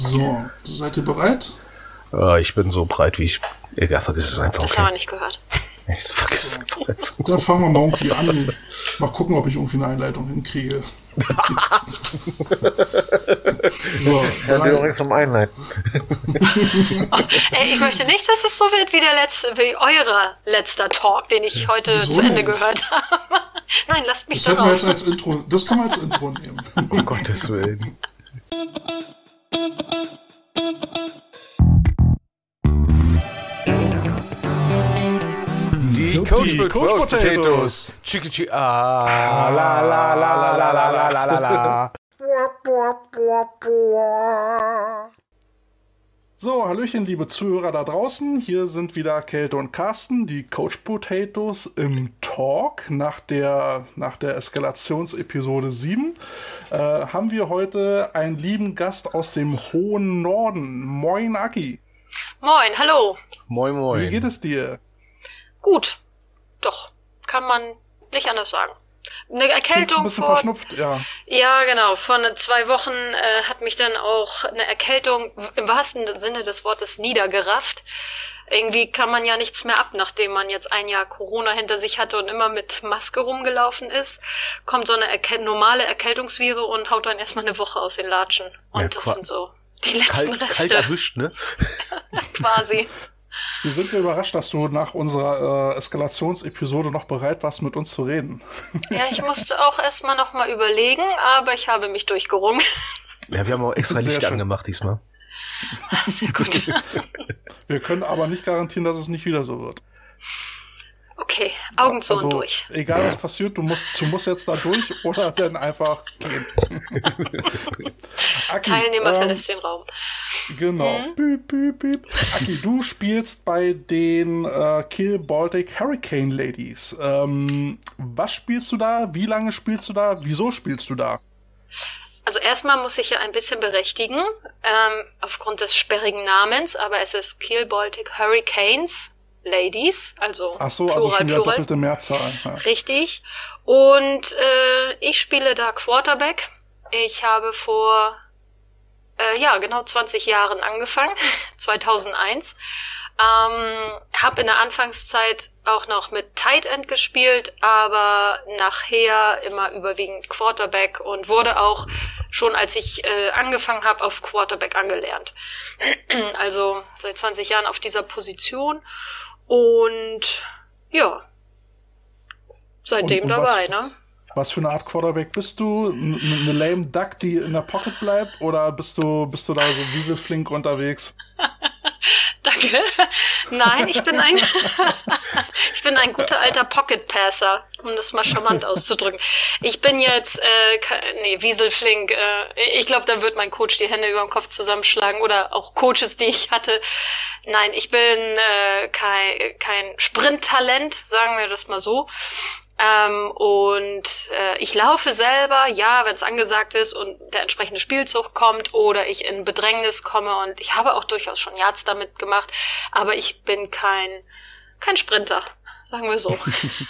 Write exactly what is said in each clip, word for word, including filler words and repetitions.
So, seid ihr bereit? Ja, ich bin so breit, wie ich... Egal, vergiss es einfach. Das okay. haben wir nicht gehört. Ich vergiss es einfach. Dann fangen wir mal irgendwie an. Mal gucken, ob ich irgendwie eine Einleitung hinkriege. So, ja, du langsam einleiten. Oh, ey, ich möchte nicht, dass es so wird wie der letzte, wie euer letzter Talk, den ich heute Wieso zu Ende nicht? gehört habe. Nein, lasst mich Das da hätten wir raus. jetzt als Intro. Das können wir als Intro nehmen. Um Gottes Willen. Die Coach, Die Coach Potatoes. Chicky Chicky. Ah, la la la la la la la la la. So, hallöchen, liebe Zuhörer da draußen. Hier sind wieder Kälte und Carsten, die Coach Potatoes im Talk. Nach der, nach der Eskalationsepisode sieben äh, haben wir heute einen lieben Gast aus dem hohen Norden. Moin, Aki. Moin, hallo. Moin, moin. Wie geht es dir? Gut. Doch, kann man nicht anders sagen. Eine Klingst Erkältung ein bisschen vor... verschnupft, ja. Ja, genau. Vor zwei Wochen äh, hat mich dann auch eine Erkältung im wahrsten Sinne des Wortes niedergerafft. Irgendwie kann man ja nichts mehr ab, nachdem man jetzt ein Jahr Corona hinter sich hatte und immer mit Maske rumgelaufen ist. Kommt so eine Erkäl- normale Erkältungsviren und haut dann erstmal eine Woche aus den Latschen. Und Ja, das qua- sind so die letzten Kalt, Reste. kalt erwischt, ne? Quasi. Wir sind ja überrascht, dass du nach unserer äh, Eskalationsepisode noch bereit warst, mit uns zu reden. Ja, ich musste auch erstmal nochmal überlegen, aber ich habe mich durchgerungen. Ja, wir haben auch extra Sehr Licht schön. angemacht diesmal. Sehr gut. Wir können aber nicht garantieren, dass es nicht wieder so wird. Okay, Augen zu Also, und durch. egal was passiert, du musst, du musst jetzt da durch oder dann einfach gehen. Aki, Teilnehmer ähm, verlässt den Raum. Genau. Mhm. Büb, büb, büb. Aki, du spielst bei den äh, Kill Baltic Hurricane Ladies. Ähm, was spielst du da? Wie lange spielst du da? Wieso spielst du da? Also erstmal muss ich ja ein bisschen berechtigen, ähm, aufgrund des sperrigen Namens, aber es ist Kiel Baltic Hurricanes Ladies, also Ach so, Plural, also schon wieder Plural. doppelte Mehrzahl. Ja. Richtig. Und äh, ich spiele da Quarterback. Ich habe vor, äh, ja, genau zwanzig Jahren angefangen, zweitausendeins. Ähm, habe in der Anfangszeit auch noch mit Tight End gespielt, aber nachher immer überwiegend Quarterback und wurde auch schon, als ich äh, angefangen habe, auf Quarterback angelernt. Also seit zwanzig Jahren auf dieser Position und ja, seitdem Und- und dabei, was- ne? Was für eine Art Quarterback bist du? N- n- Eine lame Duck, die in der Pocket bleibt? Oder bist du, bist du da so wieselflink unterwegs? Danke. Nein, ich bin ein ich bin ein guter alter Pocket Passer, um das mal charmant auszudrücken. Ich bin jetzt äh, ke- nee, Wieselflink. Äh, ich glaube, dann wird mein Coach die Hände über dem Kopf zusammenschlagen oder auch Coaches, die ich hatte. Nein, ich bin äh, kein kein Sprinttalent, sagen wir das mal so. Ähm, und äh, ich laufe selber, ja, wenn es angesagt ist und der entsprechende Spielzug kommt oder ich in Bedrängnis komme und ich habe auch durchaus schon Yards damit gemacht, aber ich bin kein kein Sprinter, sagen wir so.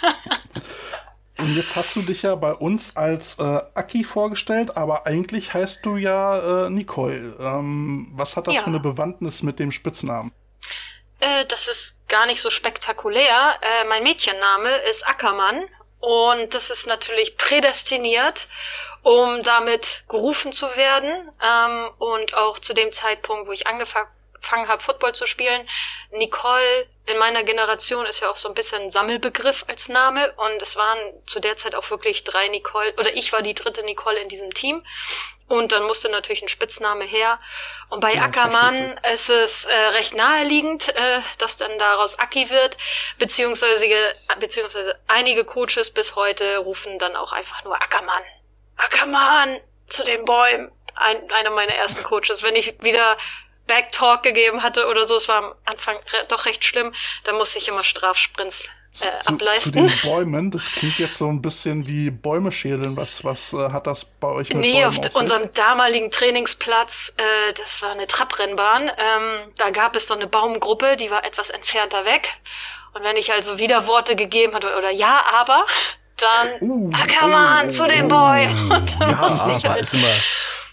Und jetzt hast du dich ja bei uns als äh, Aki vorgestellt, aber eigentlich heißt du ja äh, Nicole. Ähm, was hat das Ja. für eine Bewandtnis mit dem Spitznamen? Äh, das ist gar nicht so spektakulär. Äh, mein Mädchenname ist Ackermann und das ist natürlich prädestiniert, um damit gerufen zu werden. Ähm, und auch zu dem Zeitpunkt, wo ich angefangen habe, Football zu spielen, Nicole in meiner Generation ist ja auch so ein bisschen ein Sammelbegriff als Name und es waren zu der Zeit auch wirklich drei Nicole, oder ich war die dritte Nicole in diesem Team. Und dann musste natürlich ein Spitzname her. Und bei Ja, Ackermann versteht ist es äh, recht naheliegend, äh, dass dann daraus Aki wird, beziehungsweise, beziehungsweise einige Coaches bis heute rufen dann auch einfach nur Ackermann. Ackermann zu den Bäumen. Ein, einer meiner ersten Coaches. Wenn ich wieder Backtalk gegeben hatte oder so, es war am Anfang re- doch recht schlimm, dann musste ich immer Strafsprints Zu, äh, zu, ableisten. zu den Bäumen, das klingt jetzt so ein bisschen wie Bäume schälen. Was, was äh, hat das bei euch mit Nee, Bäumen auf auf sich? unserem damaligen Trainingsplatz, äh, das war eine Trabrennbahn, ähm, da gab es so eine Baumgruppe, die war etwas entfernter weg. Und wenn ich also Widerworte gegeben hatte oder ja, aber, dann Uh, Ackermann oh, zu den oh. Bäumen. Und dann Ja, musste ich aber halt ist immer...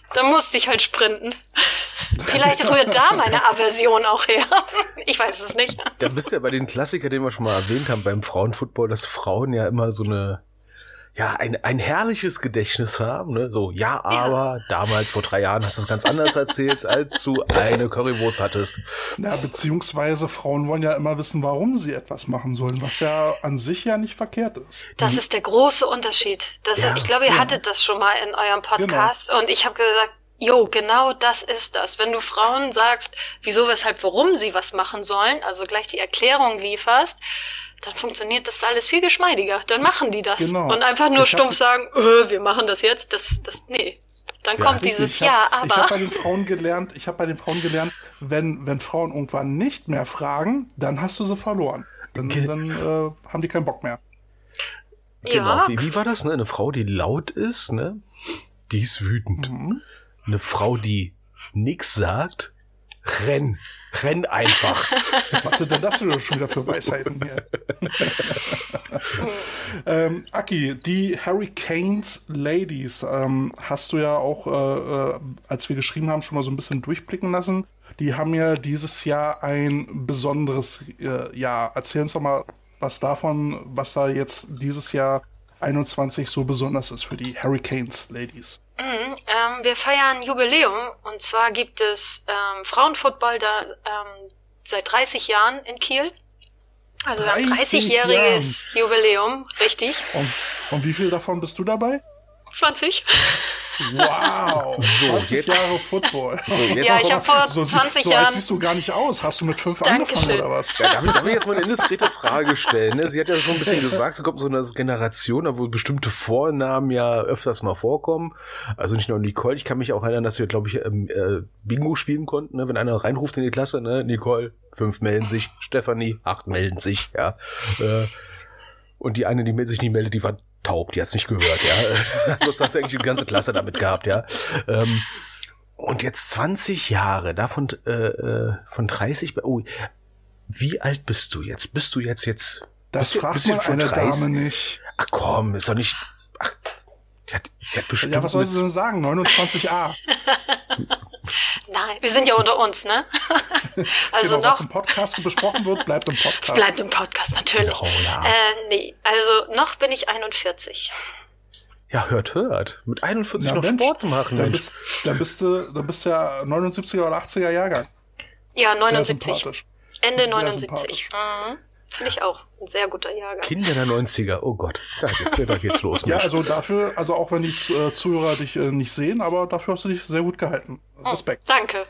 dann musste ich halt sprinten. Vielleicht rührt da meine Aversion auch her. Ich weiß es nicht. Da bist du ja bei den Klassikern, den wir schon mal erwähnt haben beim Frauenfootball, dass Frauen ja immer so eine, ja, ein, ein herrliches Gedächtnis haben, ne? So, ja, aber ja. damals vor drei Jahren hast du es ganz anders erzählt, als du eine Currywurst hattest. Na, beziehungsweise Frauen wollen ja immer wissen, warum sie etwas machen sollen, was ja an sich ja nicht verkehrt ist. Das ist der große Unterschied. Das, ja, ich glaube, ihr ja. hattet das schon mal in eurem Podcast genau. und ich habe gesagt, jo, genau das ist das. Wenn du Frauen sagst, wieso, weshalb, warum sie was machen sollen, also gleich die Erklärung lieferst, dann funktioniert das alles viel geschmeidiger. Dann machen die das. Genau. Und einfach nur ich stumpf sagen, äh, wir machen das jetzt, das, das, nee. Dann ja, kommt richtig. dieses hab, Ja, aber. Ich habe bei den Frauen gelernt, ich habe bei den Frauen gelernt, wenn, wenn Frauen irgendwann nicht mehr fragen, dann hast du sie verloren. Dann, okay. dann äh, haben die keinen Bock mehr. Genau. Ja. Wie, wie war das, ne? Eine Frau, die laut ist, ne? Die ist wütend. Mhm. Eine Frau, die nix sagt, renn. Renn einfach. Was sind denn das schon wieder für Weisheiten hier? ähm, Aki, die Hurricanes Ladies ähm, hast du ja auch, äh, äh, als wir geschrieben haben, schon mal so ein bisschen durchblicken lassen. Die haben ja dieses Jahr ein besonderes äh, Jahr. Erzähl uns doch mal was davon, was da jetzt dieses Jahr einundzwanzig so besonders ist für die Hurricanes Ladies. Mhm, ähm, wir feiern Jubiläum und zwar gibt es ähm, Frauenfootball da ähm, seit dreißig Jahren in Kiel. Also wir haben dreißigjähriges Jubiläum, richtig. Und, und wie viel davon bist du dabei? zwanzig. Wow, so, zwanzig jetzt. Jahre Football. So, jetzt ja, ich habe vor so, zwanzig so, Jahren... So alt siehst du gar nicht aus. Hast du mit fünf Dankeschön. angefangen oder was? Ja, darf, ich, darf ich jetzt mal eine indiskrete Frage stellen? Ne? Sie hat ja schon ein bisschen gesagt, es kommt so eine Generation, wo bestimmte Vornamen ja öfters mal vorkommen. Also nicht nur Nicole. Ich kann mich auch erinnern, dass wir, glaube ich, ähm, äh, Bingo spielen konnten. Ne? Wenn einer reinruft in die Klasse, ne? Nicole, fünf melden sich. Stefanie, acht melden sich. Ja. Äh, und die eine, die sich nicht meldet, die war taub, die hat's nicht gehört, ja. Sonst hast du eigentlich die ganze Klasse damit gehabt, ja. Ähm, und jetzt zwanzig Jahre, davon äh, von dreißig, oh, wie alt bist du jetzt? Bist du jetzt jetzt? Das bist, fragt bist man eine dreißig? Dame nicht. Ach komm, ist doch nicht, ach, die hat, sie hat bestimmt... Ja, was soll sie denn sagen? neunundzwanzig a. Nein, wir sind ja unter uns, ne? Also genau, noch, was im Podcast besprochen wird, bleibt im Podcast. Es bleibt im Podcast, natürlich. Oh, ja. äh, nee, also noch bin ich einundvierzig. Ja, hört, hört. Mit einundvierzig ja, noch Mensch, Sport machen, dann Mensch. bist, dann bist du, dann bist du ja neunundsiebziger oder achtziger Jahrgang. Ja, neunundsiebzig. Ende neunundsiebzig. Mhm. Finde ich auch. Ein sehr guter Jahrgang. Kinder der neunziger, oh Gott, da geht's, da geht's los. Ja, also dafür, also auch wenn die äh, Zuhörer dich äh, nicht sehen, aber dafür hast du dich sehr gut gehalten. Respekt. Oh, danke.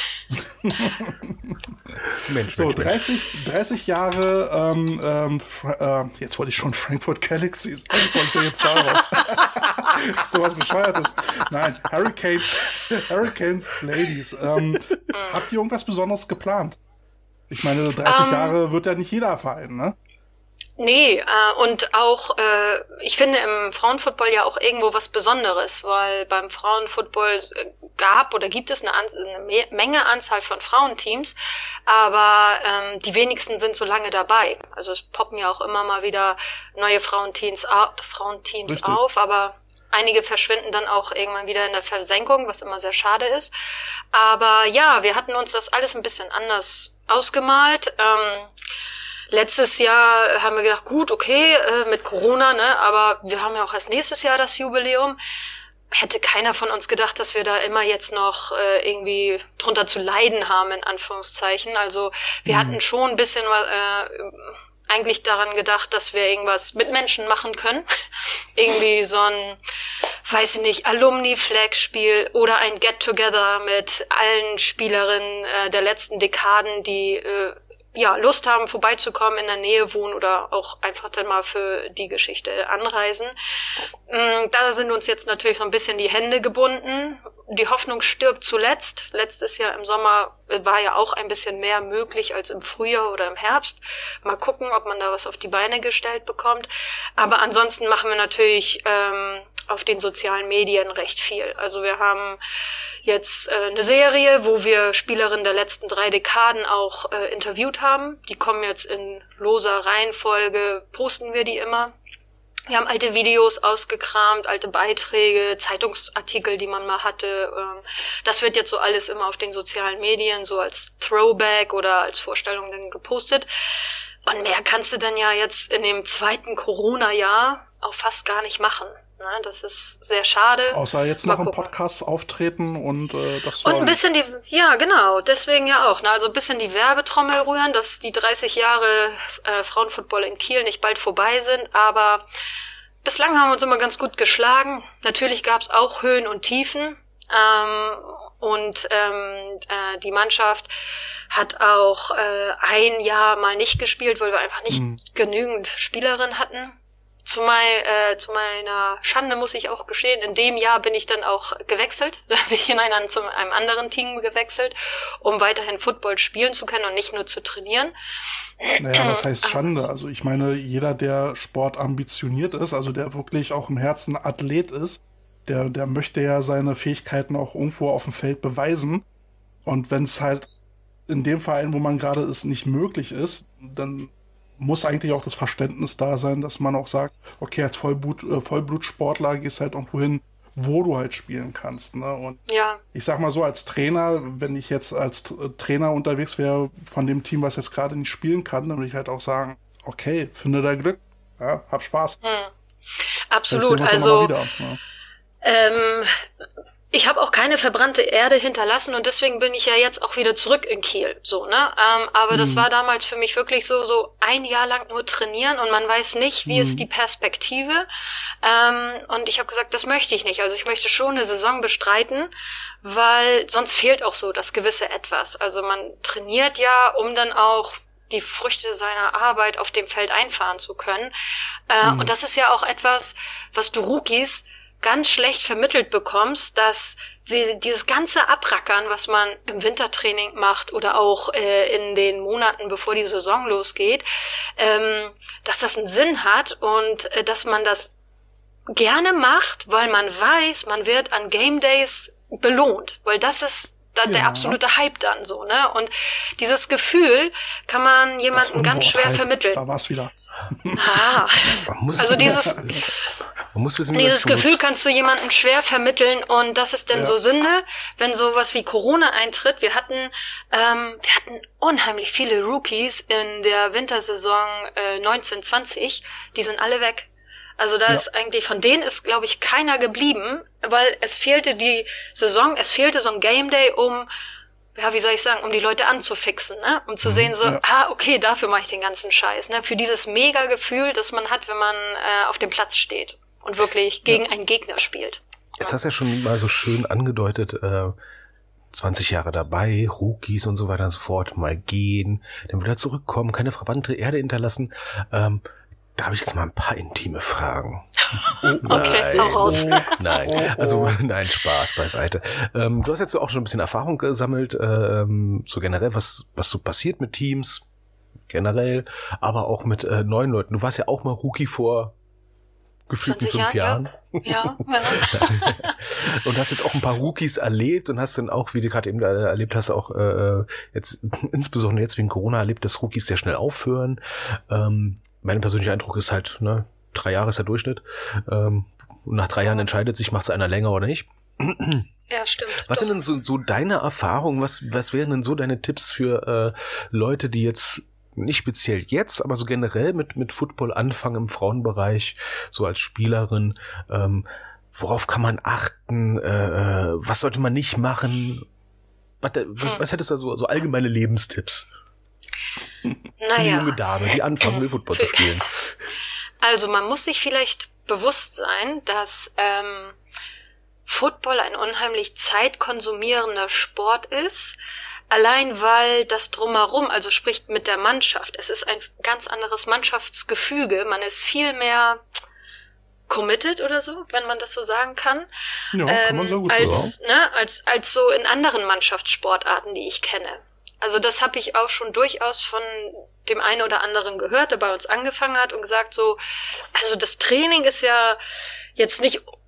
Mensch, so, Mensch, dreißig, dreißig Jahre, ähm, ähm, äh, jetzt wollte ich schon Frankfurt Galaxies, wie komme ich denn jetzt darauf? So was Bescheuertes. Nein, Hurricanes, Hurricanes Ladies. Ähm, habt ihr irgendwas Besonderes geplant? Ich meine, dreißig um, Jahre wird ja nicht jeder Verein, ne? Nee, äh, und auch, äh, ich finde im Frauenfootball ja auch irgendwo was Besonderes, weil beim Frauenfootball gab oder gibt es eine, An- eine Me- Menge Anzahl von Frauenteams, aber ähm, die wenigsten sind so lange dabei. Also es poppen ja auch immer mal wieder neue Frauenteams, au- Frauenteams auf, aber einige verschwinden dann auch irgendwann wieder in der Versenkung, was immer sehr schade ist. Aber ja, wir hatten uns das alles ein bisschen anders ausgemalt. Ähm, Letztes Jahr haben wir gedacht, gut, okay, äh, mit Corona, ne, aber wir haben ja auch erst nächstes Jahr das Jubiläum. Hätte keiner von uns gedacht, dass wir da immer jetzt noch äh, irgendwie drunter zu leiden haben, in Anführungszeichen. Also wir mhm. hatten schon ein bisschen äh, eigentlich daran gedacht, dass wir irgendwas mit Menschen machen können. Irgendwie so ein, weiß ich nicht, Alumni-Flag-Spiel oder ein Get-Together mit allen Spielerinnen äh, der letzten Dekaden, die äh, ja, Lust haben, vorbeizukommen, in der Nähe wohnen oder auch einfach dann mal für die Geschichte anreisen. Da sind uns jetzt natürlich so ein bisschen die Hände gebunden. Die Hoffnung stirbt zuletzt. Letztes Jahr im Sommer war ja auch ein bisschen mehr möglich als im Frühjahr oder im Herbst. Mal gucken, ob man da was auf die Beine gestellt bekommt. Aber ansonsten machen wir natürlich ähm, auf den sozialen Medien recht viel. Also wir haben jetzt äh, eine Serie, wo wir Spielerinnen der letzten drei Dekaden auch äh, interviewt haben. Die kommen jetzt in loser Reihenfolge, posten wir die immer. Wir haben alte Videos ausgekramt, alte Beiträge, Zeitungsartikel, die man mal hatte. Das wird jetzt so alles immer auf den sozialen Medien so als Throwback oder als Vorstellung dann gepostet. Und mehr kannst du dann ja jetzt in dem zweiten Corona-Jahr auch fast gar nicht machen. Das ist sehr schade. Außer jetzt noch im Podcast auftreten und äh, das soll... Und ein bisschen die... Ja, genau. Deswegen ja auch. Ne? Also ein bisschen die Werbetrommel rühren, dass die dreißig Jahre äh, Frauenfootball in Kiel nicht bald vorbei sind. Aber bislang haben wir uns immer ganz gut geschlagen. Natürlich gab es auch Höhen und Tiefen. Ähm, und ähm, äh, die Mannschaft hat auch äh, ein Jahr mal nicht gespielt, weil wir einfach nicht mhm. genügend Spielerinnen hatten. Zu, mein, äh, zu meiner Schande muss ich auch gestehen, in dem Jahr bin ich dann auch gewechselt. Da bin ich in einen, zu einem anderen Team gewechselt, um weiterhin Football spielen zu können und nicht nur zu trainieren. Naja, was heißt Schande? Also ich meine, jeder, der Sport ambitioniert ist, also der wirklich auch im Herzen Athlet ist, der, der möchte ja seine Fähigkeiten auch irgendwo auf dem Feld beweisen. Und wenn es halt in dem Verein, wo man gerade ist, nicht möglich ist, dann muss eigentlich auch das Verständnis da sein, dass man auch sagt, okay, als Vollblut, äh, Vollblutsportler gehst halt irgendwo hin, wo du halt spielen kannst. Ne? Und ja. Ich sag mal so, als Trainer, wenn ich jetzt als T- Trainer unterwegs wäre von dem Team, was jetzt gerade nicht spielen kann, dann würde ich halt auch sagen, okay, finde da Glück, ja, hab Spaß. Hm. Absolut, also wieder, ja. ähm, ich habe auch keine verbrannte Erde hinterlassen und deswegen bin ich ja jetzt auch wieder zurück in Kiel, so, ne? Ähm, aber mhm. das war damals für mich wirklich so, so ein Jahr lang nur trainieren und man weiß nicht, wie mhm. ist die Perspektive. Ähm, und ich habe gesagt, das möchte ich nicht. Also ich möchte schon eine Saison bestreiten, weil sonst fehlt auch so das gewisse Etwas. Also man trainiert ja, um dann auch die Früchte seiner Arbeit auf dem Feld einfahren zu können. Äh, mhm. Und das ist ja auch etwas, was du Rookies ganz schlecht vermittelt bekommst, dass sie dieses ganze Abrackern, was man im Wintertraining macht oder auch äh, in den Monaten, bevor die Saison losgeht, ähm, dass das einen Sinn hat und äh, dass man das gerne macht, weil man weiß, man wird an Game Days belohnt, weil das ist dann ja. der absolute Hype dann so, ne? Und dieses Gefühl kann man jemandem ganz schwer Hype, vermitteln. Da war's wieder. Ah, also dieses, man muss wissen, dieses Gefühl kannst du jemandem schwer vermitteln und das ist dann ja. so Sünde, wenn sowas wie Corona eintritt. Wir hatten, ähm, wir hatten unheimlich viele Rookies in der Wintersaison äh, neunzehn zwanzig, die sind alle weg. Also da ja. ist eigentlich, von denen ist, glaube ich, keiner geblieben, weil es fehlte die Saison, es fehlte so ein Game Day, um, ja, wie soll ich sagen, um die Leute anzufixen, ne? Um zu mhm, sehen so, ja. ah, okay, dafür mache ich den ganzen Scheiß, ne? Für dieses Mega-Gefühl, das man hat, wenn man äh, auf dem Platz steht und wirklich gegen ja. einen Gegner spielt. Jetzt ja. hast du ja schon mal so schön angedeutet, äh, zwanzig Jahre dabei, Rookies und so weiter und so fort, mal gehen, dann wieder zurückkommen, keine verbrannte Erde hinterlassen, ähm, da habe ich jetzt mal ein paar intime Fragen. Oh, okay, hau raus. Oh, nein, also nein, Spaß beiseite. Ähm, du hast jetzt auch schon ein bisschen Erfahrung gesammelt, ähm, so generell, was was so passiert mit Teams, generell, aber auch mit äh, neuen Leuten. Du warst ja auch mal Rookie vor gefühlten fünf Jahren. Jahren. Ja. ja. Und hast jetzt auch ein paar Rookies erlebt und hast dann auch, wie du gerade eben erlebt hast, auch äh, jetzt insbesondere jetzt wegen Corona erlebt, dass Rookies sehr schnell aufhören. Ähm, Mein persönlicher Eindruck ist halt, ne, drei Jahre ist der Durchschnitt. Ähm, und nach drei Jahren entscheidet sich, macht es einer länger oder nicht. Ja, stimmt. Was sind denn so, so deine Erfahrungen? Was, was wären denn so deine Tipps für äh, Leute, die jetzt, nicht speziell jetzt, aber so generell mit, mit Football anfangen im Frauenbereich, so als Spielerin? Ähm, worauf kann man achten? Äh, was sollte man nicht machen? Was, was, hm. was hättest du da so, so allgemeine Lebenstipps? Naja. Für die junge Dame, die anfangen will, Football zu spielen. Also man muss sich vielleicht bewusst sein, dass ähm, Football ein unheimlich zeitkonsumierender Sport ist, allein weil das Drumherum, also sprich mit der Mannschaft, es ist ein ganz anderes Mannschaftsgefüge, man ist viel mehr committed oder so, wenn man das so sagen kann. Ja, ähm, kann man so gut als, sagen. Ne, als, als so in anderen Mannschaftssportarten, die ich kenne. Also das habe ich auch schon durchaus von dem einen oder anderen gehört, der bei uns angefangen hat und gesagt so, also das Training ist ja jetzt nicht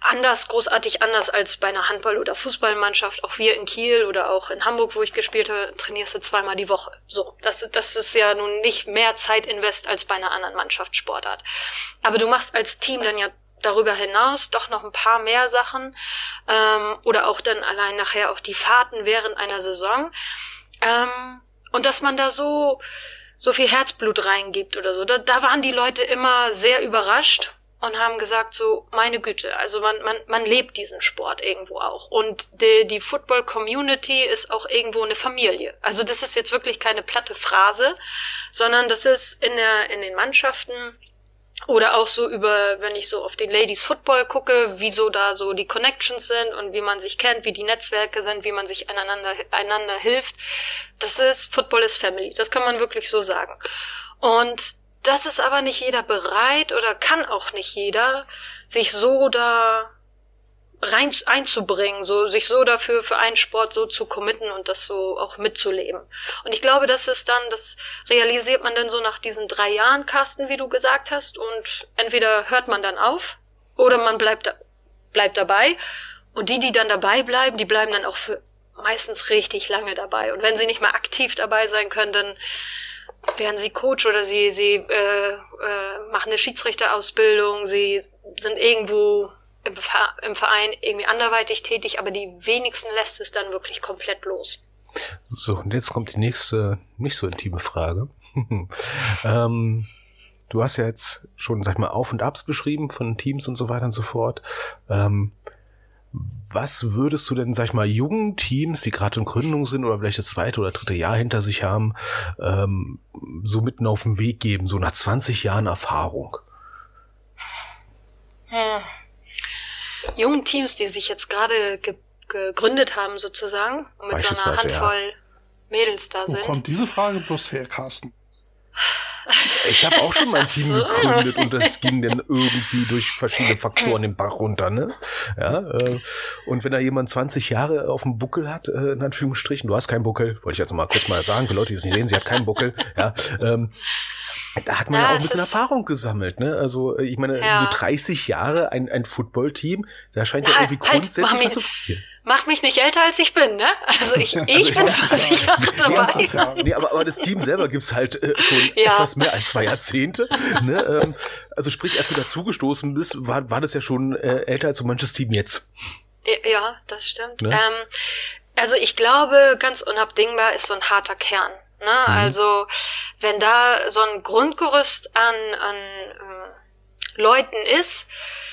anders, großartig anders als bei einer Handball- oder Fußballmannschaft. Auch wir in Kiel oder auch in Hamburg, wo ich gespielt habe, trainierst du zweimal die Woche. So, das, das ist ja nun nicht mehr Zeitinvest als bei einer anderen Mannschaftssportart. Aber du machst als Team dann ja darüber hinaus doch noch ein paar mehr Sachen ähm, oder auch dann allein nachher auch die Fahrten während einer Saison. Ähm, und dass man da so so viel Herzblut reingibt oder so. Da, da waren die Leute immer sehr überrascht und haben gesagt so, meine Güte, also man man man lebt diesen Sport irgendwo auch. Und die, die Football-Community ist auch irgendwo eine Familie. Also das ist jetzt wirklich keine platte Phrase, sondern das ist in der in den Mannschaften oder auch so über, wenn ich so auf den Ladies Football gucke, wie so da so die Connections sind und wie man sich kennt, wie die Netzwerke sind, wie man sich einander, einander hilft. Das ist, Football is Family. Das kann man wirklich so sagen. Und das ist aber nicht jeder bereit oder kann auch nicht jeder, sich so da rein einzubringen, so sich so dafür für einen Sport so zu committen und das so auch mitzuleben. Und ich glaube, das ist dann, das realisiert man dann so nach diesen drei Jahren, Carsten, wie du gesagt hast, und entweder hört man dann auf oder man bleibt da, bleibt dabei. Und die, die dann dabei bleiben, die bleiben dann auch für meistens richtig lange dabei. Und wenn sie nicht mehr aktiv dabei sein können, dann werden sie Coach oder sie sie äh, äh, machen eine Schiedsrichterausbildung, sie sind irgendwo im Verein irgendwie anderweitig tätig, aber die wenigsten lässt es dann wirklich komplett los. So, und jetzt kommt die nächste, nicht so intime Frage. ähm, du hast ja jetzt schon, sag ich mal, Auf- und Abs beschrieben von Teams und so weiter und so fort. Ähm, was würdest du denn, sag ich mal, jungen Teams, die gerade in Gründung sind oder vielleicht das zweite oder dritte Jahr hinter sich haben, ähm, so mitten auf den Weg geben, so nach zwanzig Jahren Erfahrung? Hm. Jungen Teams, die sich jetzt gerade ge- gegründet haben sozusagen und mit so einer Handvoll ja. Mädels da sind. Wo kommt diese Frage bloß her, Carsten? Ich habe auch schon mein Team so. gegründet und das ging dann irgendwie durch verschiedene Faktoren den Bach runter, ne? Ja, äh, und wenn da jemand zwanzig Jahre auf dem Buckel hat, äh, in Anführungsstrichen, du hast keinen Buckel, wollte ich jetzt mal kurz mal sagen, für Leute, die es nicht sehen, sie hat keinen Buckel, ja, ähm, da hat man ja, ja auch ein bisschen Erfahrung gesammelt, ne? Also ich meine, ja. so dreißig Jahre ein, ein Footballteam, da scheint ja, ja irgendwie halt, grundsätzlich was zu fehlen. Mach mich nicht älter, als ich bin, ne? Also ich, also ich bin zwanzig Jahre dabei. Jahre. Nee, aber, aber das Team selber gibt's halt äh, schon ja. etwas mehr als zwei Jahrzehnte. Ne? Ähm, also sprich, als du dazugestoßen bist, war, war das ja schon äh, älter als so manches Team jetzt. Ja, das stimmt. Ne? Ähm, also ich glaube, ganz unabdingbar ist so ein harter Kern. Ne? Mhm. Also wenn da so ein Grundgerüst an, an äh, Leuten ist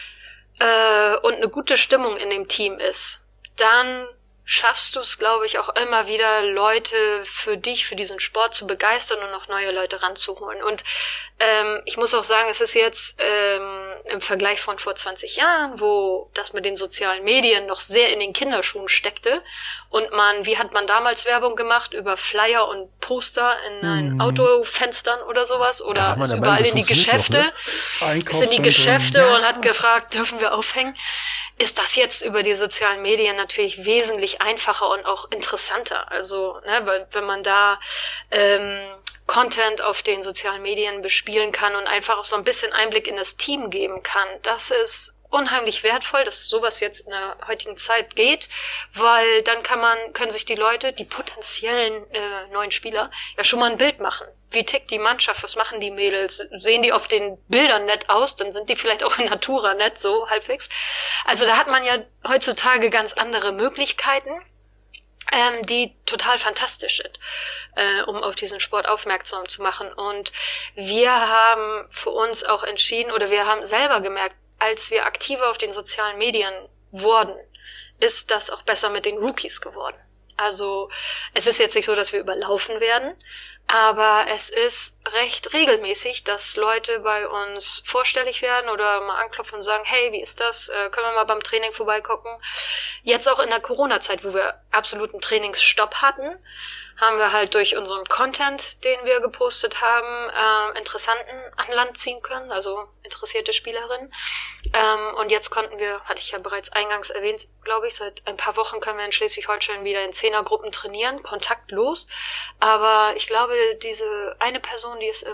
äh, und eine gute Stimmung in dem Team ist, dann schaffst du es, glaube ich, auch immer wieder, Leute für dich, für diesen Sport zu begeistern und noch neue Leute ranzuholen. Und ähm, ich muss auch sagen, es ist jetzt ähm, im Vergleich von vor zwanzig Jahren, wo das mit den sozialen Medien noch sehr in den Kinderschuhen steckte und man, wie hat man damals Werbung gemacht? Über Flyer und Poster in ein mhm. Autofenstern oder sowas oder ist überall Meinung, in die Geschäfte, noch, ne? Ist in die Geschäfte ja. und hat gefragt, dürfen wir aufhängen? Ist das jetzt über die sozialen Medien natürlich wesentlich einfacher und auch interessanter. Also, ne, weil wenn man da ähm, Content auf den sozialen Medien bespielen kann und einfach auch so ein bisschen Einblick in das Team geben kann, das ist unheimlich wertvoll, dass sowas jetzt in der heutigen Zeit geht, weil dann kann man, können sich die Leute, die potenziellen äh, neuen Spieler, ja schon mal ein Bild machen. Wie tickt die Mannschaft? Was machen die Mädels? Sehen die auf den Bildern nett aus? Dann sind die vielleicht auch in Natura nett, so halbwegs. Also da hat man ja heutzutage ganz andere Möglichkeiten, ähm, die total fantastisch sind, äh, um auf diesen Sport aufmerksam zu machen. Und wir haben für uns auch entschieden, oder wir haben selber gemerkt, als wir aktiver auf den sozialen Medien wurden, ist das auch besser mit den Rookies geworden. Also es ist jetzt nicht so, dass wir überlaufen werden, aber es ist recht regelmäßig, dass Leute bei uns vorstellig werden oder mal anklopfen und sagen, hey, wie ist das? Äh, können wir mal beim Training vorbeigucken? Jetzt auch in der Corona-Zeit, wo wir absoluten Trainingsstopp hatten, haben wir halt durch unseren Content, den wir gepostet haben, äh, Interessanten an Land ziehen können, also interessierte Spielerinnen. Ähm, und jetzt konnten wir, hatte ich ja bereits eingangs erwähnt, glaube ich, seit ein paar Wochen können wir in Schleswig-Holstein wieder in Zehnergruppen trainieren, kontaktlos. Aber ich glaube, diese eine Person, die ist im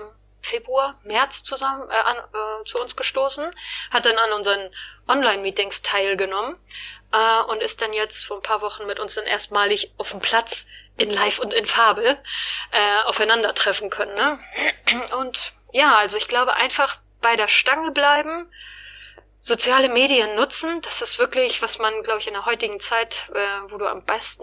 Februar, März zusammen äh, an, äh, zu uns gestoßen, hat dann an unseren Online-Meetings teilgenommen äh, und ist dann jetzt vor ein paar Wochen mit uns dann erstmalig auf dem Platz in Live und in Farbe äh, aufeinandertreffen können. Ne? Und ja, also ich glaube einfach bei der Stange bleiben, soziale Medien nutzen, das ist wirklich, was man, glaube ich, in der heutigen Zeit, äh, wo du am besten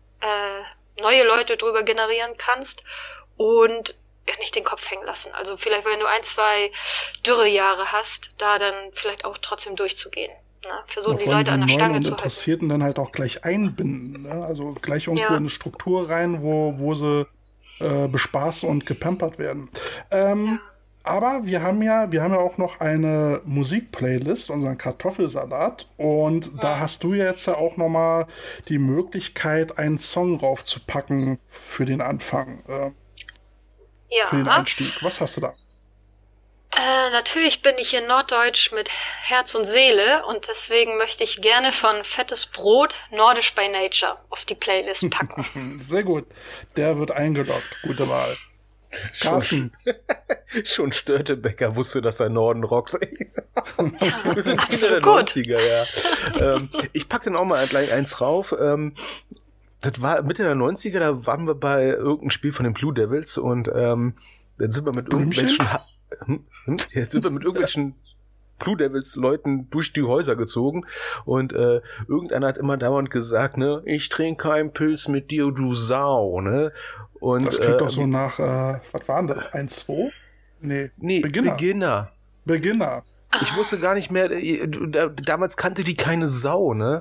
äh, neue Leute drüber generieren kannst und ja, nicht den Kopf hängen lassen. Also vielleicht, wenn du ein, zwei Dürrejahre hast, da dann vielleicht auch trotzdem durchzugehen. Ne? Versuchen, die Leute an der Stange zu halten. Interessierten dann halt auch gleich einbinden. Ne? Also gleich irgendwo Ja. eine Struktur rein, wo, wo sie äh, bespaßt und gepampert werden. Ähm, Ja. Aber wir haben ja, wir haben ja auch noch eine Musikplaylist, unseren Kartoffelsalat. Und da hast du jetzt ja auch nochmal die Möglichkeit, einen Song raufzupacken für den Anfang, äh, Ja. für den Einstieg. Was hast du da? Äh, natürlich bin ich in Norddeutsch mit Herz und Seele und deswegen möchte ich gerne von Fettes Brot Nordisch by Nature auf die Playlist packen. Sehr gut. Der wird eingeloggt. Gute Wahl. Carsten. Schon Störtebecker wusste, dass er Norden rockt. Wir sind Kinder der gut. neunziger, ja. ähm, ich pack dann auch mal gleich eins rauf. Ähm, das war Mitte der neunziger, da waren wir bei irgendeinem Spiel von den Blue Devils und ähm, dann sind wir mit irgendwelchen ha- hm, hm, jetzt sind wir mit irgendwelchen Blue Devils Leuten durch die Häuser gezogen und äh, irgendeiner hat immer dauernd gesagt, ne, ich trinke keinen Pilz mit dir, du Sau, ne? Und, Das klingt äh, doch so nach, äh, was waren das? eins, zwei? Nee, Nee, Beginner. Beginner. Beginner. Ich wusste gar nicht mehr, äh, da- damals kannte die keine Sau, ne?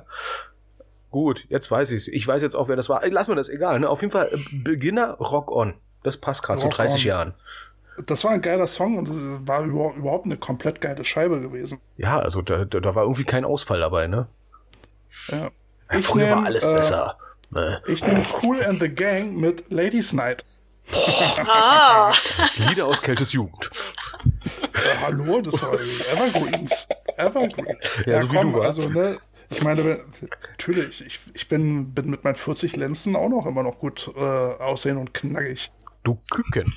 Gut, jetzt weiß ich's. Ich weiß jetzt auch, wer das war. Ey, lass mir das, egal, ne? Auf jeden Fall, äh, Beginner, Rock On. Das passt gerade zu Rock dreißig On. Jahren. Das war ein geiler Song und es war über, überhaupt eine komplett geile Scheibe gewesen. Ja, also da, da, da war irgendwie kein Ausfall dabei, ne? Ja. Ja, Ich früher nehm, war alles äh, besser. Ne? Ich nehme Cool and the Gang mit Ladies Night. Ah, Lieder aus Keltes Jugend. Äh, hallo, das war Evergreens. Evergreen. Ja, so wie du, wa? also, ne, ich meine, wenn- natürlich, ich, ich bin, bin mit meinen vierzig Lenzen auch noch immer noch gut äh, aussehen und knackig. Du Küken.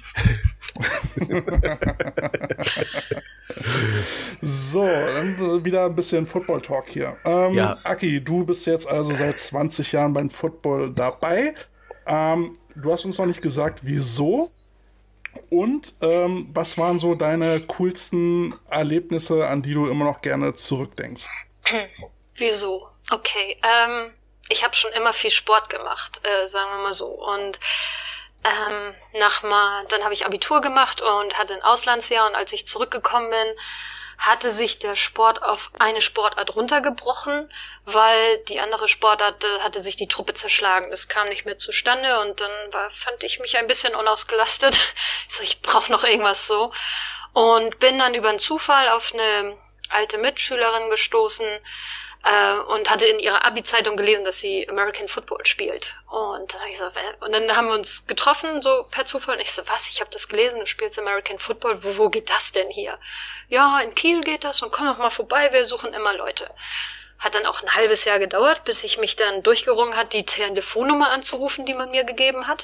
So, dann wieder ein bisschen Football-Talk hier. Ähm, Ja. Aki, du bist jetzt also seit zwanzig Jahren beim Football dabei. Ähm, du hast uns noch nicht gesagt, wieso. Und ähm, was waren so deine coolsten Erlebnisse, an die du immer noch gerne zurückdenkst? wieso? Okay, ähm, ich habe schon immer viel Sport gemacht, äh, sagen wir mal so. Und ähm, nach mal, dann habe ich Abitur gemacht und hatte ein Auslandsjahr. Und als ich zurückgekommen bin, hatte sich der Sport auf eine Sportart runtergebrochen, weil die andere Sportart äh, hatte sich die Truppe zerschlagen. Das kam nicht mehr zustande und dann war, fand ich mich ein bisschen unausgelastet. Ich so, ich brauche noch irgendwas so. Und bin dann über einen Zufall auf eine alte Mitschülerin gestoßen äh, und hatte in ihrer Abi-Zeitung gelesen, dass sie American Football spielt. Und dann, hab ich so, wer- und dann haben wir uns getroffen, so per Zufall. Und ich so, was, ich habe das gelesen, du spielst American Football. Wo, wo geht das denn hier? Ja, in Kiel geht das und komm doch mal vorbei, wir suchen immer Leute. Hat dann auch ein halbes Jahr gedauert, bis ich mich dann durchgerungen hat, die Telefonnummer anzurufen, die man mir gegeben hat.